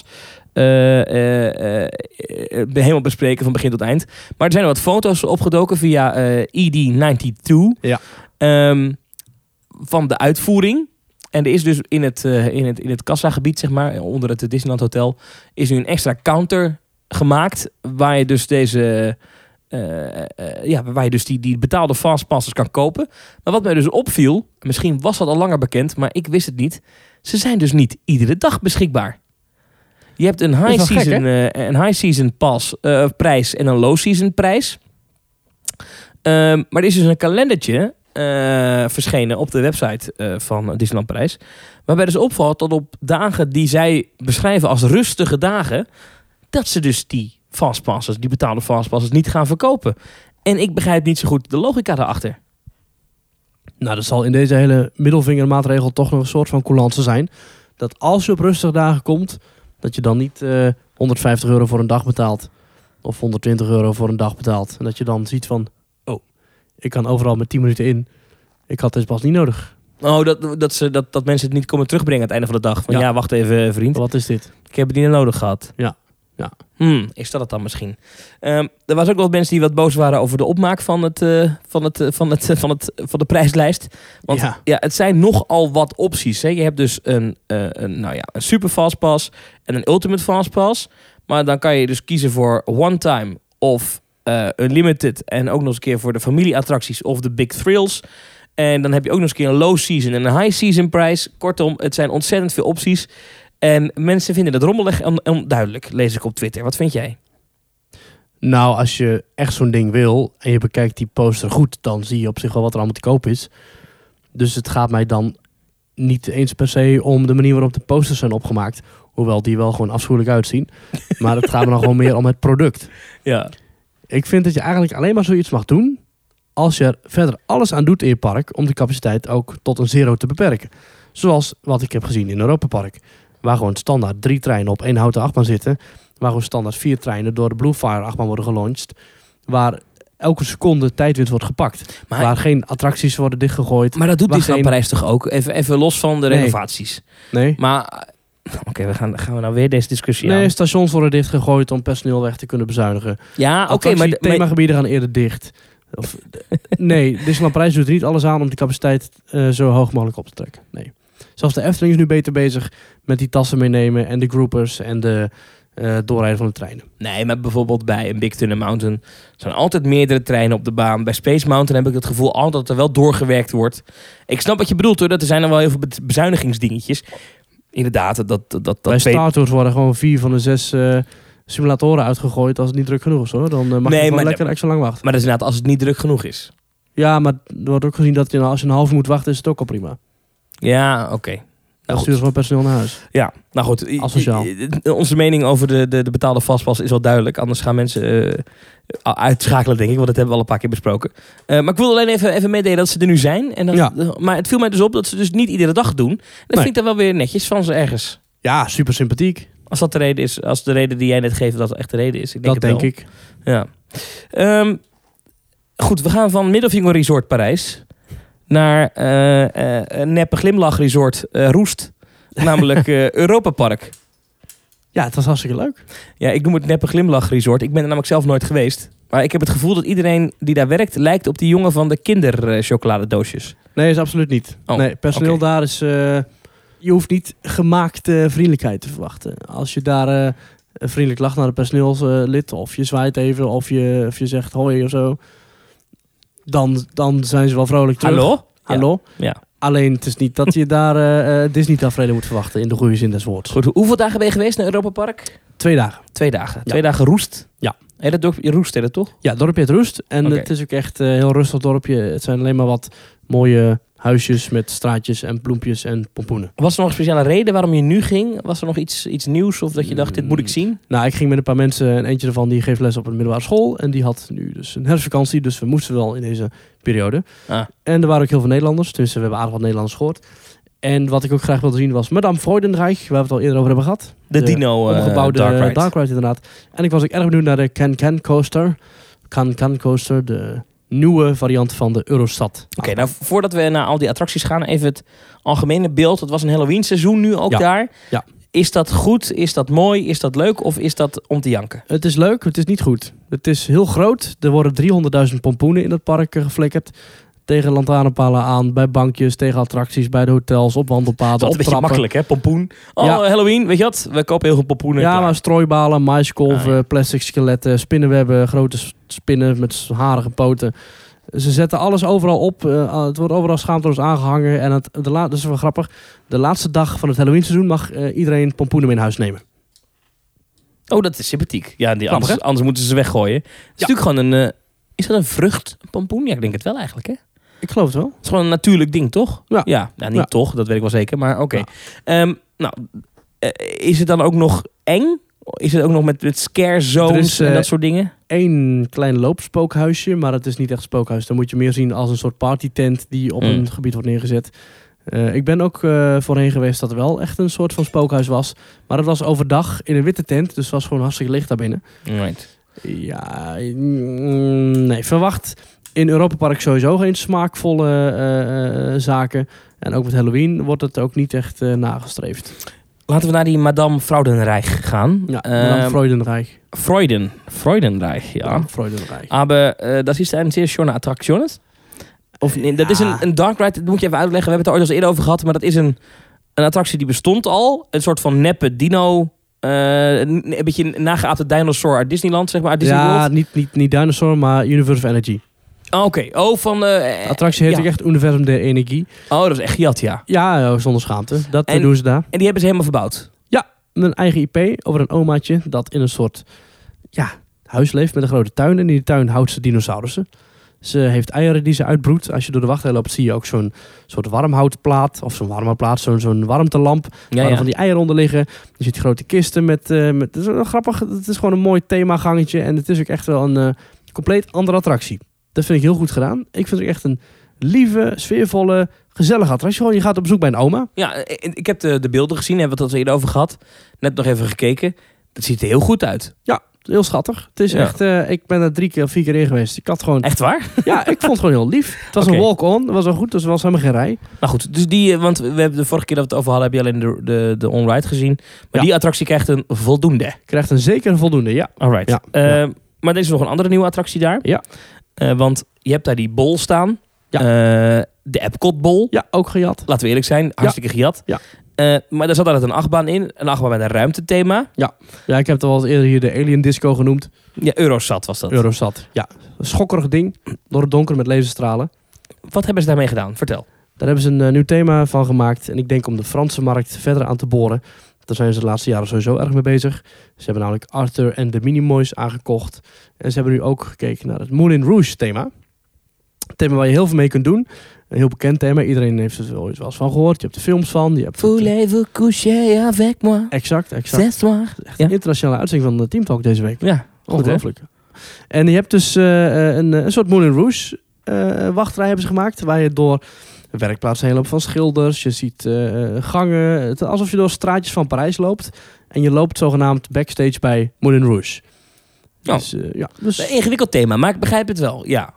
helemaal bespreken van begin tot eind. Maar er zijn wat foto's opgedoken via ED92. Ja. Van de uitvoering. En er is dus in het kassagebied, zeg maar, onder het Disneyland Hotel, is nu een extra counter gemaakt waar je dus deze... waar je dus die betaalde fastpasses kan kopen. Maar wat mij dus opviel, misschien was dat al langer bekend, maar ik wist het niet. Ze zijn dus niet iedere dag beschikbaar. Je hebt een high season pass prijs en een low season prijs. Maar er is dus een kalendertje verschenen op de website van Disneyland Parijs. Waarbij dus opvalt dat op dagen die zij beschrijven als rustige dagen, dat ze dus die fastpassers, die betaalde fastpassers, niet gaan verkopen. En ik begrijp niet zo goed de logica daarachter. Nou, dat zal in deze hele middelvingermaatregel toch nog een soort van coulance zijn. Dat als je op rustige dagen komt, dat je dan niet €150 voor een dag betaalt. Of €120 voor een dag betaalt. En dat je dan ziet van, oh, ik kan overal met 10 minuten in. Ik had deze pas niet nodig. Oh, dat mensen het niet komen terugbrengen aan het einde van de dag. Van ja, wacht even vriend. Wat is dit? Ik heb het niet nodig gehad. Ja. Is dat het dan misschien? Er was ook wel mensen die wat boos waren over de opmaak van de prijslijst. Want het zijn nogal wat opties. Hè. Je hebt dus een super fastpass en een ultimate fastpass. Maar dan kan je dus kiezen voor one time of unlimited. En ook nog eens een keer voor de familieattracties of de big thrills. En dan heb je ook nog eens een keer een low season en een high season prijs. Kortom, het zijn ontzettend veel opties. En mensen vinden het rommelig en onduidelijk, lees ik op Twitter. Wat vind jij? Nou, als je echt zo'n ding wil en je bekijkt die poster goed, dan zie je op zich wel wat er allemaal te koop is. Dus het gaat mij dan niet eens per se om de manier waarop de posters zijn opgemaakt. Hoewel die wel gewoon afschuwelijk uitzien. Maar het gaat me dan gewoon meer om het product. Ja. Ik vind dat je eigenlijk alleen maar zoiets mag doen als je er verder alles aan doet in je park om de capaciteit ook tot een 0 te beperken. Zoals wat ik heb gezien in Europa Park. Waar gewoon standaard 3 treinen op 1 houten achtbaan zitten. Waar gewoon standaard 4 treinen door de Bluefire achtbaan worden gelaunched. Waar elke seconde tijdwinst wordt gepakt. Maar waar geen attracties worden dichtgegooid. Maar dat doet Disneyland Parijs toch ook? Even los van de renovaties. Nee. Maar oké, gaan we nou weer deze discussie aan? Nee, stations worden dichtgegooid om personeel weg te kunnen bezuinigen. Ja, oké. Maar themagebieden gaan eerder dicht. Nee, Disneyland Parijs doet er niet alles aan om de capaciteit zo hoog mogelijk op te trekken. Nee. Zelfs de Efteling is nu beter bezig met die tassen meenemen en de groupers en de doorrijden van de treinen. Nee, maar bijvoorbeeld bij een Big Thunder Mountain zijn altijd meerdere treinen op de baan. Bij Space Mountain heb ik het gevoel altijd dat er wel doorgewerkt wordt. Ik snap wat je bedoelt hoor, dat er zijn er wel heel veel bezuinigingsdingetjes. Inderdaad, dat bij Star Tours worden gewoon 4 van de 6 simulatoren uitgegooid als het niet druk genoeg is hoor. Dan mag je lekker extra lang wachten. Maar dat is inderdaad als het niet druk genoeg is. Ja, maar er wordt ook gezien dat als je een half uur moet wachten is het ook al prima. Ja, oké. Dan sturen ze gewoon personeel naar huis. Ja, nou goed. Asociaal. Onze mening over de betaalde vastpas is wel duidelijk. Anders gaan mensen uitschakelen, denk ik. Want dat hebben we al een paar keer besproken. Maar ik wil alleen even meedelen dat ze er nu zijn. En maar het viel mij dus op dat ze dus niet iedere dag doen. En dat vind ik dan wel weer netjes van ze ergens. Ja, super sympathiek. Als dat de reden is, als de reden die jij net geeft, dat echt de reden is. Dat denk ik. Ja. Goed, we gaan van Middelvinger Resort Parijs naar Neppe Glimlach Resort Roest. Namelijk Europa Park. Ja, het was hartstikke leuk. Ja, ik noem het Neppe Glimlach Resort. Ik ben er namelijk zelf nooit geweest. Maar ik heb het gevoel dat iedereen die daar werkt lijkt op die jongen van de kinderchocoladedoosjes. Nee, is absoluut niet. Nee, personeel daar is... je hoeft niet gemaakte vriendelijkheid te verwachten. Als je daar vriendelijk lacht naar de personeelslid, of je zwaait even, of je zegt hoi of zo, dan zijn ze wel vrolijk terug. Hallo? Ja. Alleen het is niet dat je daar Disney-taferelen moet verwachten in de goede zin des woords. Goed, hoeveel dagen ben je geweest naar Europa Park? 2 dagen. 2 dagen. Ja. 2 dagen Roest? Ja. Heet dat dorpje Roest, heet dat toch? Ja, dorpje het Roest. En het is ook echt een heel rustig dorpje. Het zijn alleen maar wat mooie huisjes met straatjes en bloempjes en pompoenen. Was er nog een speciale reden waarom je nu ging? Was er nog iets nieuws of dat je dacht, dit moet ik zien? Nou, ik ging met een paar mensen en eentje daarvan die geeft les op een middelbare school. En die had nu dus een herfstvakantie, dus we moesten wel in deze periode. En er waren ook heel veel Nederlanders, dus we hebben aardig wat Nederlanders gehoord. En wat ik ook graag wilde zien was Madame Freudenreich, waar we het al eerder over hebben gehad. De dino omgebouwde Dark Ride inderdaad. En ik was ook erg benieuwd naar de Can Coaster. Can Coaster, de nieuwe variant van de Eurostad. Oké, nou voordat we naar al die attracties gaan, even het algemene beeld. Het was een Halloween seizoen nu ook daar. Ja. Is dat goed? Is dat mooi? Is dat leuk? Of is dat om te janken? Het is leuk, het is niet goed. Het is heel groot. Er worden 300.000 pompoenen in het park geflikkerd. Tegen lantaarnpalen aan, bij bankjes, tegen attracties, bij de hotels, op wandelpaden, op trappen. Dat is een beetje makkelijk, hè? Pompoen. Halloween, weet je wat? We kopen heel veel pompoenen. Ja, maar strooibalen, maiskolven, plastic skeletten, spinnenwebben, grote spinnen met harige poten. Ze zetten alles overal op. Het wordt overal schaamteloos aangehangen. En dat is wel grappig. De laatste dag van het Halloween seizoen mag iedereen pompoenen mee in huis nemen. Oh, dat is sympathiek. Ja, anders moeten ze weggooien. Het is natuurlijk gewoon Is dat een vruchtpompoen? Ja, ik denk het wel eigenlijk, hè? Ik geloof het wel. Het is gewoon een natuurlijk ding, toch? Ja. Niet toch, dat weet ik wel zeker, maar oké. Ja. Is het dan ook nog eng? Is het ook nog met scare zones en dat soort dingen? 1 klein loopspookhuisje, maar het is niet echt spookhuis. Dan moet je meer zien als een soort partytent die op een gebied wordt neergezet. Ik ben ook voorheen geweest dat er wel echt een soort van spookhuis was. Maar het was overdag in een witte tent, dus het was gewoon hartstikke licht daar binnen. Right. Ja, nee, verwacht in Europa Park sowieso geen smaakvolle zaken. En ook met Halloween wordt het ook niet echt nagestreefd. Laten we naar die Madame Freudenreich gaan. Ja, Madame Freudenreich. Freudenreich, ja. Freudenreich. Aber dat is een zeer schöne Attraktion. Of nee, dat is een dark ride, dat moet je even uitleggen. We hebben het er ooit al eens eerder over gehad, maar dat is een attractie die bestond al. Een soort van neppe dino, een beetje nageaapte dinosaur uit Disneyland, zeg maar. Uit Disney World. Niet dinosaur, maar Universe of Energy. Oh, oké. Oh, van... de attractie heet ook echt Universum de Energie. Oh, dat is echt gejat, ja. Ja, zonder schaamte. Dat doen ze daar. En die hebben ze helemaal verbouwd? Ja, een eigen IP over een omaatje dat in een soort huis leeft met een grote tuin. En in die tuin houdt ze dinosaurussen. Ze heeft eieren die ze uitbroedt. Als je door de wachtrij loopt, zie je ook zo'n soort warmhoutplaat. Of zo'n warmhoutplaat, zo'n warmtelamp. Waar van die eieren onder liggen. Je ziet grote kisten met het is wel grappig. Het is gewoon een mooi themagangetje. En het is ook echt wel een compleet andere attractie. Dat vind ik heel goed gedaan. Ik vind het echt een lieve, sfeervolle, gezellige attractie. Gewoon, je gaat op bezoek bij een oma. Ja, ik heb de beelden gezien. Hebben we het al eerder over gehad. Net nog even gekeken. Dat ziet er heel goed uit. Ja, heel schattig. Het is echt... ik ben er 3 of 4 keer in geweest. Ik had gewoon... Echt waar? Ja, ik vond het gewoon heel lief. Het was een walk-on. Dat was wel goed. Dus er was helemaal geen rij. Nou goed, dus die... Want we hebben de vorige keer dat we het over hadden... heb je alleen de on-ride gezien. Maar die attractie krijgt een voldoende. Krijgt een zeker voldoende, ja. Alright. Ja. Maar er is nog een andere nieuwe attractie daar. Ja. Want je hebt daar die bol staan. Ja. De Epcot-bol. Ja, ook gejat. Laten we eerlijk zijn. Hartstikke gejat. Ja. Maar daar zat altijd een achtbaan in. Een achtbaan met een ruimtethema. Ja, ik heb het al eens eerder hier de Alien Disco genoemd. Ja, Eurosat was dat. Eurosat, ja. Een schokkerig ding. Door het donker met laserstralen. Wat hebben ze daarmee gedaan? Vertel. Daar hebben ze een nieuw thema van gemaakt. En ik denk om de Franse markt verder aan te boren. Daar zijn ze de laatste jaren sowieso erg mee bezig. Ze hebben namelijk Arthur en de Minimoys aangekocht. En ze hebben nu ook gekeken naar het Moulin Rouge thema. Een thema waar je heel veel mee kunt doen. Een heel bekend thema. Iedereen heeft er wel eens van gehoord. Je hebt de films van. Voulez-vous coucher avec moi? Exact. Echt een internationale uitzending van de Team Talk deze week. Ja, ongelooflijk. En je hebt dus een soort Moulin Rouge wachtrij hebben ze gemaakt. Waar je door werkplaatsen heen loopt van schilders. Je ziet gangen. Alsof je door straatjes van Parijs loopt. En je loopt zogenaamd backstage bij Moulin Rouge. Dus een ingewikkeld thema, maar ik begrijp het wel. Ja.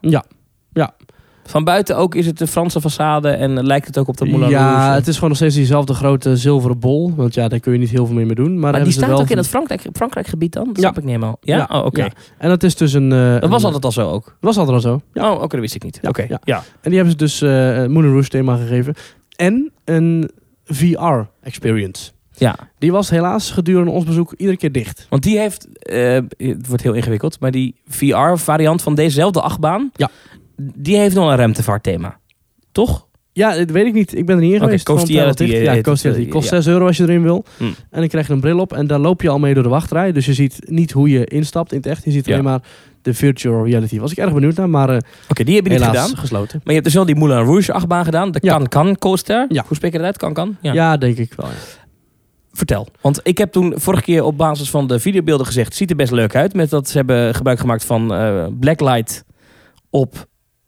Van buiten ook is het de Franse façade en lijkt het ook op de Moulin Rouge. Ja, het is gewoon nog steeds diezelfde grote zilveren bol. Want ja, daar kun je niet heel veel meer mee doen. Maar die staat ook in het Frankrijk gebied dan? Dat snap ik niet helemaal. Ja? Oh, oké. Ja. En dat is dus een... dat was altijd al zo ook? Dat was altijd al zo. Ja. Oh, oké, dat wist ik niet. Ja. Oké. Ja. En die hebben ze dus Moulin Rouge thema gegeven. En een VR-experience. Ja. Die was helaas gedurende ons bezoek iedere keer dicht. Want die heeft... het wordt heel ingewikkeld. Maar die VR-variant van dezezelfde achtbaan... Ja. Die heeft nog een ruimtevaartthema. Toch? Ja, dat weet ik niet. Ik ben er niet in geweest. Coastiality. Ja, Coastiality. Kost 6 euro als je erin wil. En dan krijg je een bril op. En daar loop je al mee door de wachtrij. Dus je ziet niet hoe je instapt in het echt. Je ziet alleen maar de virtual reality. Was ik erg benieuwd naar. Maar die heb je niet gedaan. Gesloten. Maar je hebt dus wel die Moulin Rouge achtbaan gedaan. De Can-Can coaster. Ja. Hoe spreek je dat uit? Can-Can? Ja, denk ik wel. Ja. Vertel. Want ik heb toen vorige keer op basis van de videobeelden gezegd... Het ziet er best leuk uit. Met dat ze hebben gebruik gemaakt van blacklight op...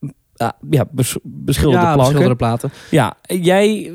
beschilderde planken. Platen. Ja, jij...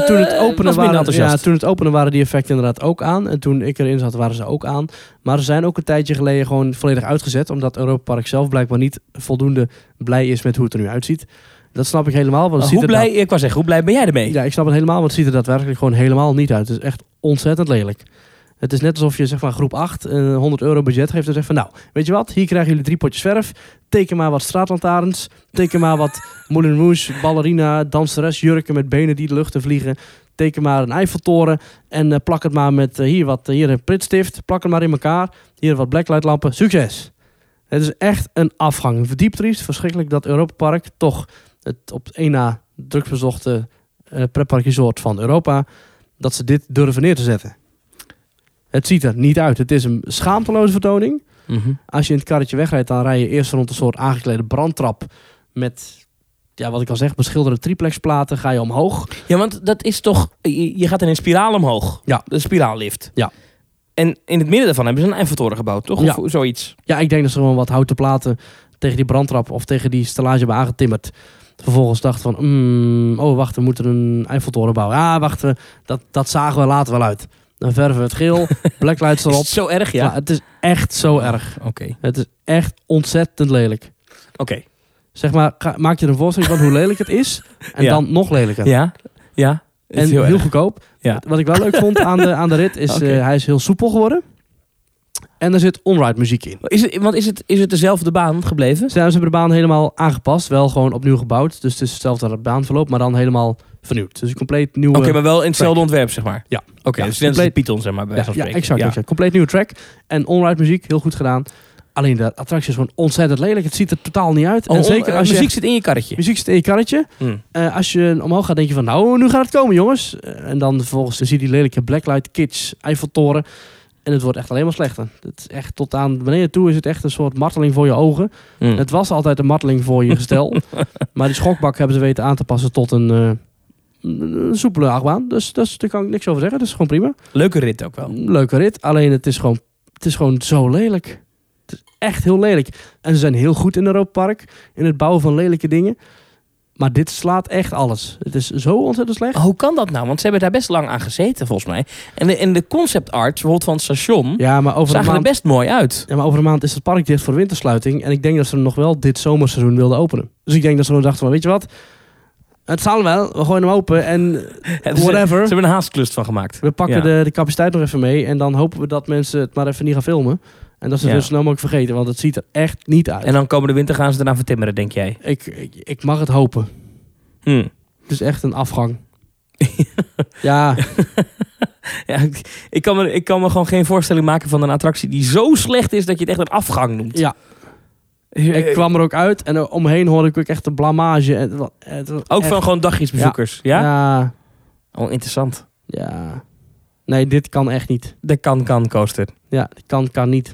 toen het openen waren die effecten inderdaad ook aan. En toen ik erin zat waren ze ook aan. Maar ze zijn ook een tijdje geleden gewoon volledig uitgezet. Omdat Europa Park zelf blijkbaar niet voldoende blij is met hoe het er nu uitziet. Dat snap ik helemaal. Want hoe blij ben jij ermee? Ja, ik snap het helemaal. Want het ziet er daadwerkelijk gewoon helemaal niet uit. Het is echt ontzettend lelijk. Het is net alsof je zeg maar groep 8 een 100 euro budget geeft en zegt van nou, weet je wat? Hier krijgen jullie 3 potjes verf. Teken maar wat straatlantaarns. Teken maar wat Moulin Rouge, ballerina, danseres, jurken met benen die de lucht in vliegen. Teken maar een Eiffeltoren en plak het maar met hier een pritstift. Plak het maar in elkaar. Hier wat blacklightlampen. Succes! Het is echt een afgang. Verdieptriest, verschrikkelijk dat Europa Park toch het op 1 na drugsbezochte pretparkresort van Europa, dat ze dit durven neer te zetten. Het ziet er niet uit. Het is een schaamteloze vertoning. Als je in het karretje wegrijdt, dan rij je eerst rond een soort aangeklede brandtrap met, ja, wat ik al zeg, beschilderde triplexplaten. Ga je omhoog. Ja, want dat is toch... Je gaat in een spiraal omhoog. Ja. De spiraallift. Ja. En in het midden daarvan hebben ze een Eiffeltoren gebouwd, toch? Ja. Of zoiets. Ja, ik denk dat ze gewoon wat houten platen tegen die brandtrap of tegen die stellage hebben aangetimmerd. Vervolgens dachten van, wacht, we moeten een Eiffeltoren bouwen. Ja, wacht, dat zagen we later wel uit. Dan verven we het geel, blacklights erop. Is het zo erg, ja? Ja, het is echt zo erg. Oké. Het is echt ontzettend lelijk. Oké. Zeg maar, maak je er een voorstelling van hoe lelijk het is. En Ja. dan nog lelijker. Ja. Ja. Het En is heel, erg. goedkoop. Ja. Wat ik wel leuk vond aan de rit is, Oké. hij is heel soepel geworden. En er zit on-ride muziek in. Is het dezelfde baan gebleven? Ze hebben de baan helemaal aangepast. Wel gewoon opnieuw gebouwd. Dus het is hetzelfde baanverloop, maar dan helemaal vernieuwd. Dus een compleet nieuwe... Oké, maar wel in hetzelfde ontwerp, zeg maar. Ja. Oké, Ja, dus net als de compleet- Python, zeg maar, bij wijze van spreken. exact. Compleet nieuwe track. En on-ride muziek, heel goed gedaan. Alleen de attractie is gewoon ontzettend lelijk. Het ziet er totaal niet uit. En zeker als muziek je... zit in je karretje. Muziek zit in je karretje. Als je omhoog gaat, denk je van, nou, nu gaat het komen, jongens. En dan vervolgens zie je die lelijke blacklight kitsch Eiffeltoren. En het wordt echt alleen maar slechter. Het is echt tot aan beneden toe is het echt een soort marteling voor je ogen. Het was altijd een marteling voor je gestel. Maar die schokbak hebben ze weten aan te passen tot een soepele achtbaan. Dus daar kan ik niks over zeggen. Dat is gewoon prima. Leuke rit ook wel. Leuke rit. Alleen het is gewoon zo lelijk. Het is echt heel lelijk. En ze zijn heel goed in Europa Park. In het bouwen van lelijke dingen. Maar dit slaat echt alles. Het is zo ontzettend slecht. Hoe kan dat nou? Want ze hebben daar best lang aan gezeten, volgens mij. En de concept art, bijvoorbeeld van het station, Ja, maar over zagen er best mooi uit. Ja, maar over een maand is het park dicht voor de wintersluiting. En ik denk dat ze hem nog wel dit zomerseizoen wilden openen. Dus ik denk dat ze gewoon dachten van, weet je wat? Het zal wel. We gooien hem open en whatever. Ze hebben een haastklust van gemaakt. We pakken Ja. de capaciteit nog even mee. En dan hopen we dat mensen het maar even niet gaan filmen. En dat ze het Ja. dus snel mogelijk vergeten. Want het ziet er echt niet uit. En dan komende winter gaan ze eraan vertimmeren, denk jij? Ik mag het hopen. Het is echt een afgang. Ja, Ja, ik kan me gewoon geen voorstelling maken van een attractie die zo slecht is dat je het echt een afgang noemt. ja. Ik kwam er ook uit. En er omheen hoorde ik ook echt een blamage. Ook van gewoon dagjesbezoekers. Ja? Ja. Oh, interessant. Ja. Nee, dit kan echt niet. De kan coaster. Ja, dit kan niet.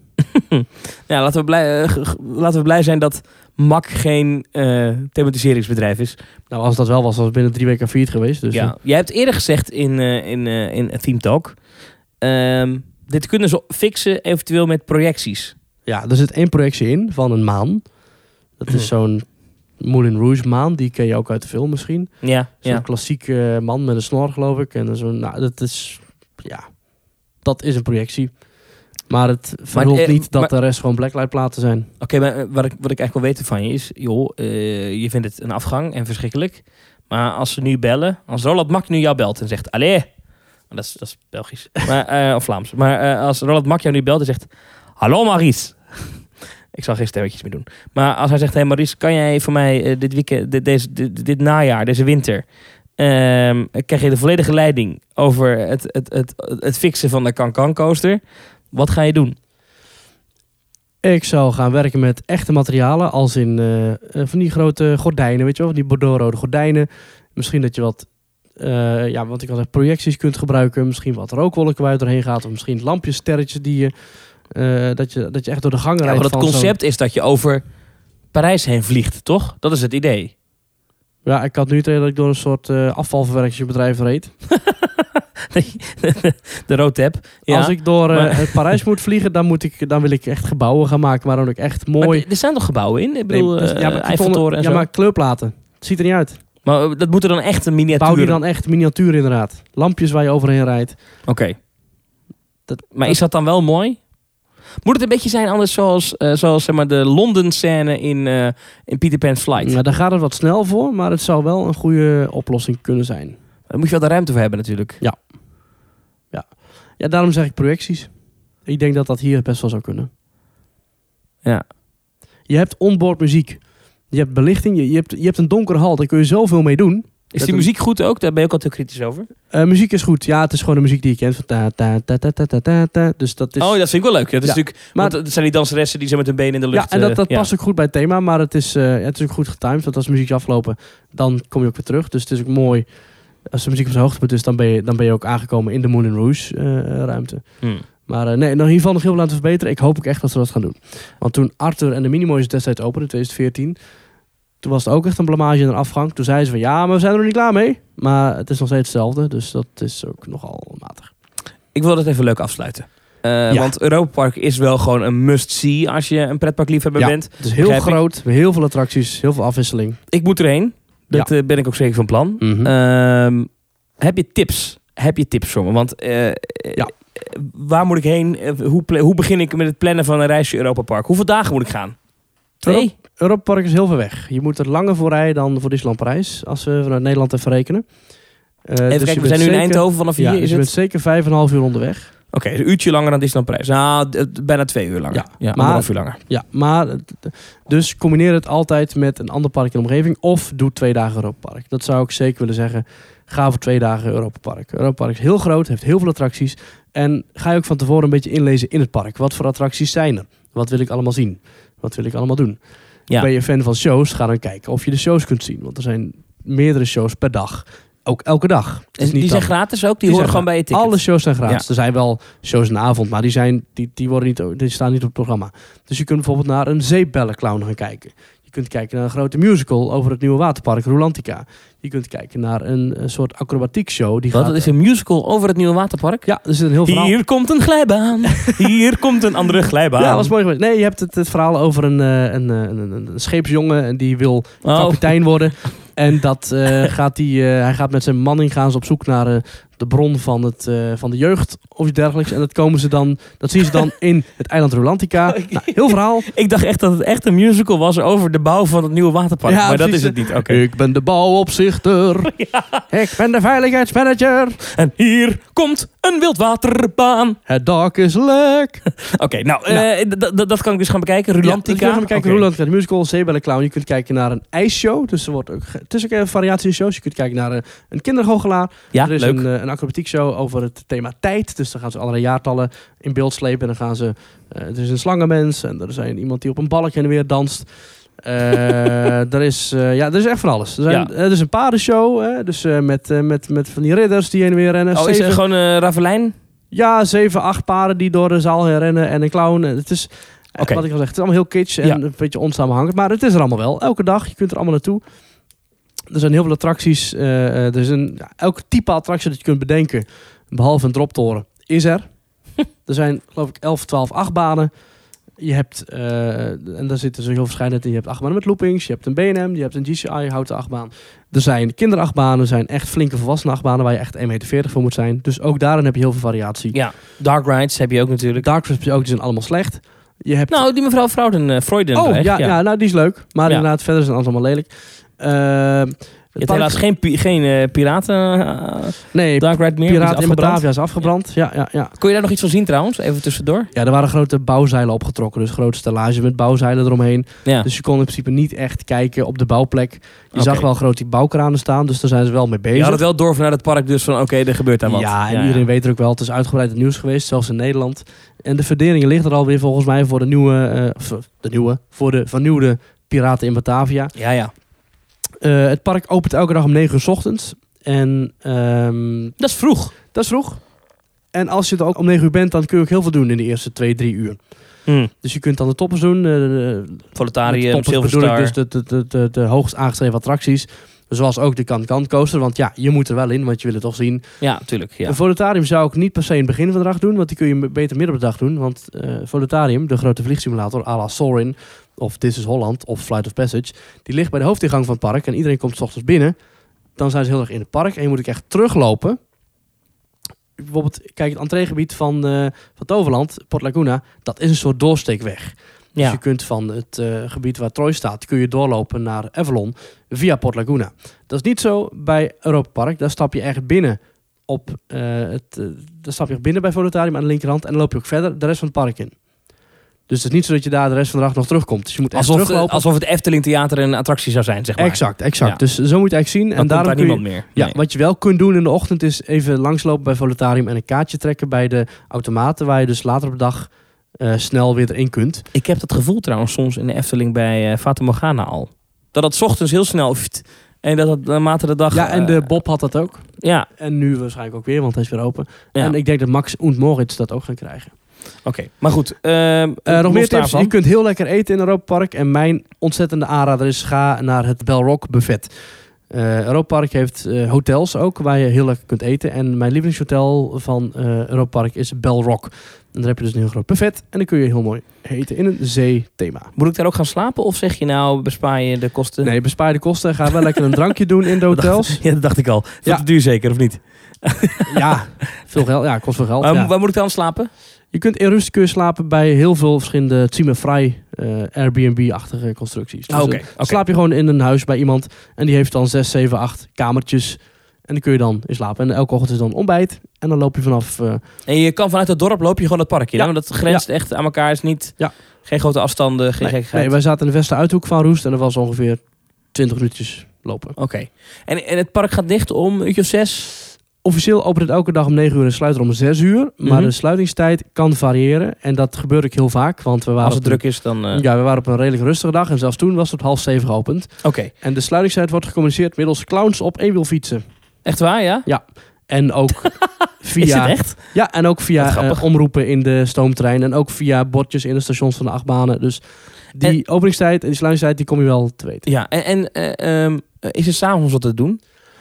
Ja, laten we blij zijn dat MAC geen thematiseringsbedrijf is. Nou, als dat wel was het binnen 3 weken failliet geweest. Dus Ja. Jij hebt eerder gezegd in Theme Talk, dit kunnen ze fixen eventueel met projecties. ja, er zit 1 projectie in van een maan. Dat is zo'n Moulin Rouge maan. Die ken je ook uit de film misschien. Ja, Zo'n klassieke man met een snor, geloof ik. En dat is een projectie. Maar het verhult niet dat de rest gewoon blacklightplaten zijn. Oké, maar wat ik eigenlijk wil weten van je is, joh, je vindt het een afgang en verschrikkelijk. Maar als ze nu bellen, als Roland Mak nu jou belt en zegt, allee, dat is Belgisch, maar, of Vlaams. Maar als Roland Mak jou nu belt en zegt, hallo Maurice. Ik zal geen stemmetjes meer doen. Maar als hij zegt, hey Maurice, kan jij voor mij dit weekend, dit najaar, deze winter, krijg je de volledige leiding over het fixen van de Can coaster. Wat ga je doen? Ik zou gaan werken met echte materialen. Als in van die grote gordijnen, weet je wel. Die bordeauxrode gordijnen. Misschien dat je wat, wat ik al zeg, projecties kunt gebruiken. Misschien wat rookwolken waar je doorheen gaat. Of misschien lampjes, sterretjes die je... dat je echt door de gangen rijdt. Maar het concept is dat je over Parijs heen vliegt, toch? Dat is het idee. Ja, ik had nu het idee dat ik door een soort afvalverwerkingsbedrijf reed. De roadtap. Ja. Als ik door Parijs moet vliegen, dan wil ik echt gebouwen gaan maken. Maar dan ook echt mooi... Maar er staan toch gebouwen in? Ik bedoel, maar Eiffeltoren en zo. Ja, maar kleurplaten. Het ziet er niet uit. Maar dat moet er dan echt een miniatuur... Bouw je dan echt miniatuur inderdaad. Lampjes waar je overheen rijdt. Oké. Maar is dat dan wel mooi? Moet het een beetje zijn anders zoals zeg maar de Londen scène in Peter Pan's Flight? Ja, daar gaat het wat snel voor, maar het zou wel een goede oplossing kunnen zijn. Daar moet je wel de ruimte voor hebben natuurlijk. Ja, daarom zeg ik projecties. Ik denk dat dat hier best wel zou kunnen. Ja. Je hebt onboard muziek. Je hebt belichting. Je hebt een donkere hal. Daar kun je zoveel mee doen. Is die muziek goed ook? Daar ben je ook altijd kritisch over. Muziek is goed. Ja, het is gewoon de muziek die je kent. Van ta ta ta ta ta ta ta. Dus dat is... Oh, dat vind ik wel leuk. Ja, dat is Ja. natuurlijk, want het zijn die danseressen die zo met hun benen in de lucht... Ja, en dat past ook goed bij het thema. Maar het is ook goed getimed. Want als de muziek is afgelopen, dan kom je ook weer terug. Dus het is ook mooi. Als de muziek op zijn hoogtepunt is, dan ben je ook aangekomen in de Moulin Rouge ruimte. Maar nee, in ieder geval nog heel veel aan te verbeteren. Ik hoop ook echt dat ze dat gaan doen. Want toen Arthur en de Minimoys destijds openden in 2014... toen was het ook echt een blamage in een afgang. Toen zeiden ze van ja, maar we zijn er nog niet klaar mee. Maar het is nog steeds hetzelfde. Dus dat is ook nogal matig. Ik wil het even leuk afsluiten. Want Europa Park is wel gewoon een must-see als je een pretparkliefhebber bent. Het is heel groot, heel veel attracties, heel veel afwisseling. Ik moet erheen. Dat ben ik ook zeker van plan. Mm-hmm. Heb je tips voor me? Want waar moet ik heen? Hoe begin ik met het plannen van een reisje Europa Park? Hoeveel dagen moet ik gaan? 2? Europa Park is heel ver weg. Je moet er langer voor rijden dan voor Disneyland Parijs. Als we vanuit Nederland even rekenen. Even kijken, we zijn nu in Eindhoven vanaf hier. Dus je bent zeker 5,5 uur onderweg. Oké, een uurtje langer dan Disneyland Parijs. Nou, bijna 2 uur langer. Ja, maar 1,5 uur langer. Ja, maar dus combineer het altijd met een ander park in de omgeving. Of doe 2 dagen Europa Park. Dat zou ik zeker willen zeggen. Ga voor 2 dagen Europa Park. Europa Park is heel groot, heeft heel veel attracties. En ga je ook van tevoren een beetje inlezen in het park. Wat voor attracties zijn er? Wat wil ik allemaal zien? Wat wil ik allemaal doen? Ja. Ben je fan van shows? Ga dan kijken of je de shows kunt zien. Want er zijn meerdere shows per dag. Ook elke dag. En die zijn gratis ook? Die horen gewoon bij je ticket? Alle shows zijn gratis. Ja. Er zijn wel shows in de avond, maar die staan niet op het programma. Dus je kunt bijvoorbeeld naar een zeepbellenclown gaan kijken. Je kunt kijken naar een grote musical over het nieuwe waterpark Rulantica. Je kunt kijken naar een soort acrobatiek show. Dat is een musical over het nieuwe waterpark? Ja, er zit een heel verhaal. Hier komt een glijbaan. Hier komt een andere glijbaan. Ja, dat was mooi geweest. Nee, je hebt het verhaal over een scheepsjongen en die wil kapitein worden. En dat hij gaat met zijn manning gaan ze op zoek naar de bron van de jeugd of iets dergelijks. En dat zien ze dan in het eiland Rulantica. Nou, heel verhaal. Ik dacht echt dat het echt een musical was over de bouw van het nieuwe waterpark. Ja, maar precies, dat is het niet. Okay. Ik ben de bouwopzichter. Ja. Ik ben de veiligheidsmanager. En hier komt een wildwaterbaan. Het dak is lek. Oké, dat kan ik dus gaan bekijken. Rulantica. Ja, gaan bekijken. Rulantica, de musical, Zeebellenclown. Je kunt kijken naar een ijsshow. Dus het is ook een variatie in shows. Je kunt kijken naar een kindergoochelaar. Ja, er is leuk. Een acrobatiek show over het thema tijd. Dus dan gaan ze allerlei jaartallen in beeld slepen. En dan gaan ze... er is een slangenmens. En er is iemand die op een balkje en weer danst. Er is echt van alles. Er is een paardenshow. Dus met van die ridders die heen en weer rennen. Is het gewoon Ravelijn? Ja, 7, 8 paarden die door de zaal heen rennen. En een clown. Het is... Wat ik al zeg, het is allemaal heel kitsch en een beetje onsamenhangend. Maar het is er allemaal wel. Elke dag, je kunt er allemaal naartoe. Er zijn heel veel attracties. Er is elk type attractie dat je kunt bedenken, behalve een droptoren, is er. Er zijn, geloof ik, 11, 12 achtbanen. Je hebt, en daar zitten zo heel verschillend in. Je hebt achtbanen met loopings, je hebt een B&M, je hebt een GCI houten achtbaan. Er zijn kinderachtbanen, er zijn echt flinke volwassen achtbanen waar je echt 1,40 meter voor moet zijn. Dus ook daarin heb je heel veel variatie. Ja, dark rides heb je ook natuurlijk. Dark rides heb je ook, die zijn allemaal slecht. Je hebt... Nou, die mevrouw Freuden. Oh, ja, nou die is leuk. Maar inderdaad, verder zijn alles allemaal lelijk. Je hebt helaas geen piraten. Nee, Dark Ride meer. Piraten in Batavia is afgebrand. Ja. Kon je daar nog iets van zien trouwens? Even tussendoor. Ja, er waren grote bouwzeilen opgetrokken. Dus grote stellages met bouwzeilen eromheen. Ja. Dus je kon in principe niet echt kijken op de bouwplek. Je zag wel grote bouwkranen staan. Dus daar zijn ze wel mee bezig. Je had het wel door vanuit het park dus van er gebeurt daar wat. Ja, en iedereen weet er ook wel. Het is uitgebreid het nieuws geweest. Zelfs in Nederland. En de verderingen ligt er alweer volgens mij voor voor de vernieuwde Piraten in Batavia. Ja. Het park opent elke dag om 9 uur 's ochtends. En, dat is vroeg. Dat is vroeg. En als je er ook om 9 uur bent, dan kun je ook heel veel doen in de eerste 2-3 uur. Dus je kunt dan de toppers doen. Voletarium, Silverstar. Dus de hoogst aangeschreven attracties. Zoals ook de Can-Can coaster. Want ja, je moet er wel in, want je wil het toch zien. Ja, tuurlijk. Ja. Een Voletarium zou ik niet per se in het begin van de dag doen. Want die kun je beter midden op de dag doen. Want Voletarium, de grote vliegsimulator à la Soarin, of This is Holland, of Flight of Passage, die ligt bij de hoofdingang van het park. En iedereen komt 's ochtends binnen. Dan zijn ze heel erg in het park. En je moet ook echt teruglopen. Bijvoorbeeld, kijk, het entreegebied van Toverland, Port Laguna, dat is een soort doorsteekweg. Ja. Dus je kunt van het gebied waar Troy staat, kun je doorlopen naar Avalon via Port Laguna. Dat is niet zo bij Europa Park. Daar stap je echt binnen daar stap je binnen bij Voletarium aan de linkerhand en dan loop je ook verder de rest van het park in. Dus het is niet zo dat je daar de rest van de dag nog terugkomt. Dus je moet echt teruglopen. Alsof het Efteling Theater een attractie zou zijn, zeg maar. Exact. Ja. Dus zo moet je eigenlijk zien. Dan en daarom daar niemand meer. Ja, wat je wel kunt doen in de ochtend is even langslopen bij Voletarium en een kaartje trekken bij de automaten waar je dus later op de dag snel weer erin kunt. Ik heb dat gevoel trouwens soms in de Efteling bij Fata Morgana al. Dat het 's ochtends heel snel En dat het naarmate de dag... Ja, en de Bob had dat ook. Ja. En nu waarschijnlijk ook weer, want hij is weer open. Ja. En ik denk dat Max en Moritz dat ook gaan krijgen. Oké, maar goed. Nog meer tips. daarvan. Je kunt heel lekker eten in Europa Park. En mijn ontzettende aanrader is: ga naar het Belrock buffet. Europa Park heeft hotels ook, waar je heel lekker kunt eten. En mijn lievelingshotel van Europa Park is Belrock. En daar heb je dus een heel groot buffet. En dan kun je heel mooi eten in een zeethema. Moet ik daar ook gaan slapen? Of zeg je nou, bespaar je de kosten? Nee, bespaar de kosten. Ga wel lekker een drankje doen in de hotels. Ja, dat dacht ik al. Ja. Te duur zeker, of niet? Ja, veel geld. Ja, kost veel geld. Maar Ja. waar moet ik dan slapen? Je kunt in rust slapen bij heel veel verschillende Zimmerfrei Airbnb-achtige constructies. Dus Oké. slaap je gewoon in een huis bij iemand en die heeft dan 6, 7, 8 kamertjes. En dan kun je dan in slapen. En elke ochtend is dan ontbijt. En dan loop je vanaf... En je kan vanuit het dorp loop je gewoon het park in. Ja. Want dat grenst echt aan elkaar. Is niet... Ja. Geen grote afstanden, geen gekkigheid. Nee, wij zaten in de Westeruithoek van Roest. En dat was ongeveer 20 minuutjes lopen. Oké. En het park gaat dicht om uurtje of 6? Officieel opent het elke dag om 9 uur en sluit er om 6 uur. Maar Mhm. de sluitingstijd kan variëren. En dat gebeurt ook heel vaak. Want we waren Als het druk is, dan... Ja, we waren op een redelijk rustige dag. En zelfs toen was het 6:30 geopend. Oké. En de sluitingstijd wordt gecommuniceerd middels clowns op eenwielfietsen. Echt waar, ja? En ook via... Is het echt? Ja, en ook Wat via grappig. omroepen in de stoomtrein. En ook via bordjes in de stations van de achtbanen. Dus die openingstijd en die sluitingstijd, die kom je wel te weten. Ja, is er s'avonds wat te doen?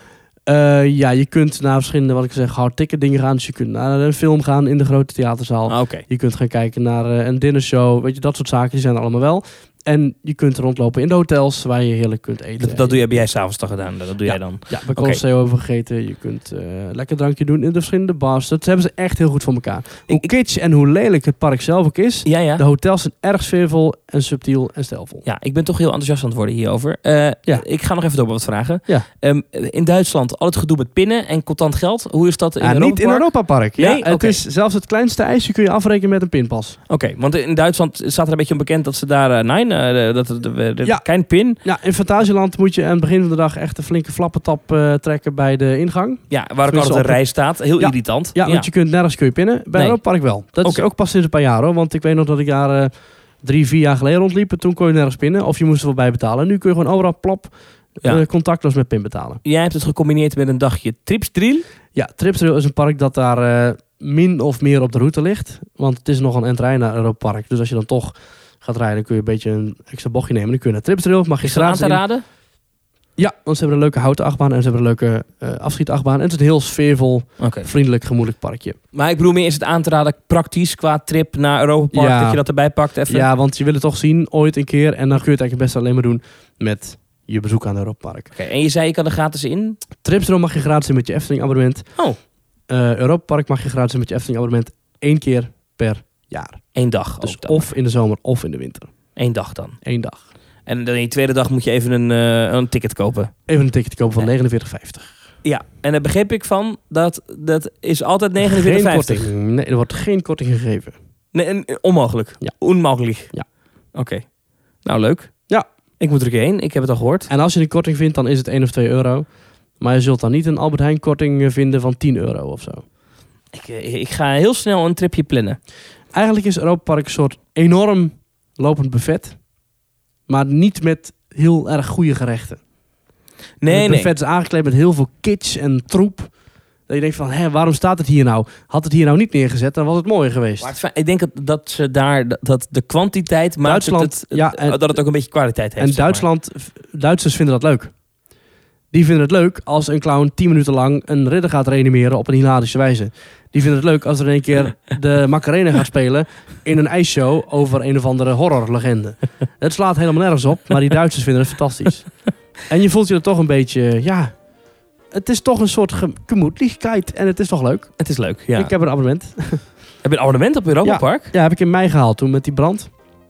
Ja, je kunt naar verschillende, wat ik zeg, hard ticket dingen gaan. Dus je kunt naar een film gaan in de grote theaterzaal. Oké. Je kunt gaan kijken naar een dinnershow. Weet je, dat soort zaken, die zijn er allemaal wel. En je kunt rondlopen in de hotels waar je heerlijk kunt eten. Dat heb jij s'avonds toch gedaan? Dat doe jij dan? Ja, bij Colosseo hebben we gegeten. Je kunt lekker drankje doen in de verschillende bars. Dat hebben ze echt heel goed voor elkaar. Hoe kitsch en hoe lelijk het park zelf ook is. Ja. De hotels zijn erg sfeervol en subtiel en stijlvol. Ja, ik ben toch heel enthousiast aan het worden hierover. Ik ga nog even door met wat vragen. Ja. In Duitsland, al het gedoe met pinnen en contant geld. Hoe is dat in Europa? Niet in Europa Park. Nee? Ja, het Oké. is zelfs het kleinste ijsje kun je afrekenen met een pinpas. Oké, want in Duitsland staat er een beetje onbekend dat ze daar... Ja. Geen pin. Ja, in Fantasieland moet je aan het begin van de dag echt een flinke flappentap trekken bij de ingang. Ja, waar ook Dus altijd een op rij staat. Heel Ja. irritant. Ja, want je kunt nergens kun je pinnen. Bij Nee. Europa Park wel. Dat Oké. is ook pas sinds een paar jaar hoor. Want ik weet nog dat ik daar 3-4 jaar geleden rondliep. En toen kon je nergens pinnen. Of je moest er wel bij betalen. En nu kun je gewoon overal plop contactloos met pin betalen. Jij hebt het gecombineerd met een dagje Tripsdrill. Ja, Tripsdrill is een park dat daar min of meer op de route ligt. Want het is nog een endrij naar Europa Park. Dus als je dan toch gaat rijden, kun je een beetje een extra bochtje nemen. Dan kun je naar Tripsdrill. Mag je Is dat aan gratis te in. raden? Ja, want ze hebben een leuke houten achtbaan en ze hebben een leuke afschietachtbaan. En het is een heel sfeervol, Oké. vriendelijk, gemoedelijk parkje. Maar ik bedoel meer, is het aan te raden praktisch qua trip naar Europa Park? Ja. Dat je dat erbij pakt even? Ja, want je wil het toch zien ooit een keer. En dan kun je het eigenlijk best alleen maar doen met je bezoek aan Europa Park. Oké, en je zei je kan er gratis in? Tripsdrill mag je gratis in met je Efteling abonnement. Oh. Europa Park mag je gratis in met je Efteling abonnement 1 keer per jaar. 1 dag. Dus ook dan. of in de zomer of in de winter. 1 dag dan. 1 dag. En dan in je tweede dag moet je even een ticket kopen. Even een ticket kopen van 49,50. Ja, en daar begreep ik van dat is altijd 49,50. Geen korting. Nee, er wordt geen korting gegeven. Nee, onmogelijk. Ja. Onmogelijk. Ja. Oké. Nou, leuk. Ja. Ik moet er een keer heen. Ik heb het al gehoord. En als je een korting vindt, dan is het 1 of 2 euro. Maar je zult dan niet een Albert Heijn korting vinden van 10 euro of zo. Ik ga heel snel een tripje plannen. Eigenlijk is Europa Park een soort enorm lopend buffet. Maar niet met heel erg goede gerechten. Het buffet is aangekleed met heel veel kitsch en troep. Dat je denkt van, waarom staat het hier nou? Had het hier nou niet neergezet, dan was het mooier geweest. Maar ik denk dat ze daar dat de kwantiteit maakt Duitsland, dat het ook een beetje kwaliteit heeft. En zeg maar. Duitsers vinden dat leuk. Die vinden het leuk als een clown 10 minuten lang een ridder gaat reanimeren op een hilarische wijze. Die vinden het leuk als er in een keer de Macarena gaat spelen in een ijsshow over een of andere horrorlegende. Het slaat helemaal nergens op, maar die Duitsers vinden het fantastisch. En je voelt je er toch een beetje, het is toch een soort gemoedelijkheid en het is toch leuk. Het is leuk, ja. Ik heb een abonnement. Heb je een abonnement op Europa Park? Ja, heb ik in mei gehaald toen met die brand.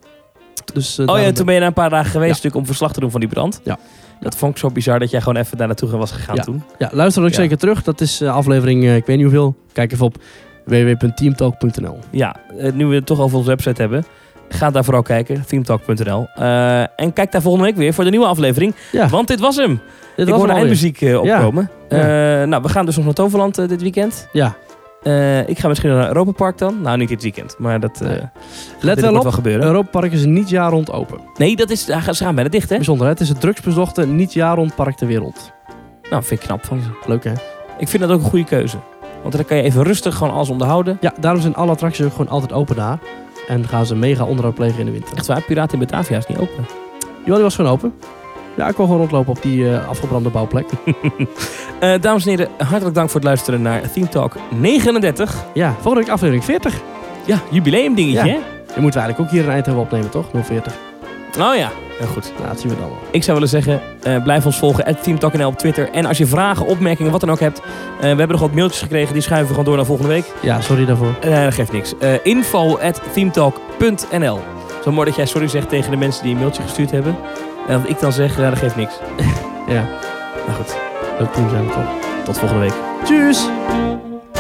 Dus, toen ben je na een paar dagen geweest natuurlijk om verslag te doen van die brand. Ja. Dat vond ik zo bizar dat jij gewoon even daar naartoe was gegaan toen. Ja, luister ook zeker terug. Dat is aflevering, ik weet niet hoeveel. Kijk even op www.teamtalk.nl. Ja, nu we het toch over onze website hebben. Ga daar vooral kijken, teamtalk.nl. En kijk daar volgende week weer voor de nieuwe aflevering. Ja. Want dit was hem. Dit Ik was hoorde hem alweer. eindmuziek opkomen. Ja. Nou, we gaan dus nog naar Toverland dit weekend. Ja. Ik ga misschien naar Europa Park dan. Nou, niet dit weekend. Maar dat Let wel op, gebeuren. Europa Park is niet jaar rond open. Nee, ze gaan bijna dicht, hè? Bijzonder, hè? Het is het drugsbezochte niet jaar rond park ter wereld. Nou, vind ik knap van ze. Leuk, hè? Ik vind dat ook een goede keuze. Want dan kan je even rustig gewoon alles onderhouden. Ja, daarom zijn alle attracties ook gewoon altijd open daar. En gaan ze mega onderhoud plegen in de winter. Echt waar, Piraten in Batavia is niet open. Jawel, die was gewoon open. Ja, ik kon gewoon rondlopen op die afgebrande bouwplek. Dames en heren, hartelijk dank voor het luisteren naar Theme Talk 39. Ja, volgende week aflevering 40. Ja, jubileum dingetje, Ja. hè? Die moeten we eigenlijk ook hier in Eindhoven opnemen, toch? 040. Oh ja, heel goed. Nou, dat zien we dan wel. Ik zou willen zeggen, blijf ons volgen, @ThemeTalkNL op Twitter. En als je vragen, opmerkingen, wat dan ook hebt. We hebben nog wat mailtjes gekregen, die schuiven we gewoon door naar volgende week. Ja, sorry daarvoor. Dat geeft niks. info@themetalk.nl. Zo mooi dat jij sorry zegt tegen de mensen die een mailtje gestuurd hebben. En dat ik dan zeg, dat geeft niks. Ja, Nou goed, leuk team zijn we toch. tot volgende week. Tjus!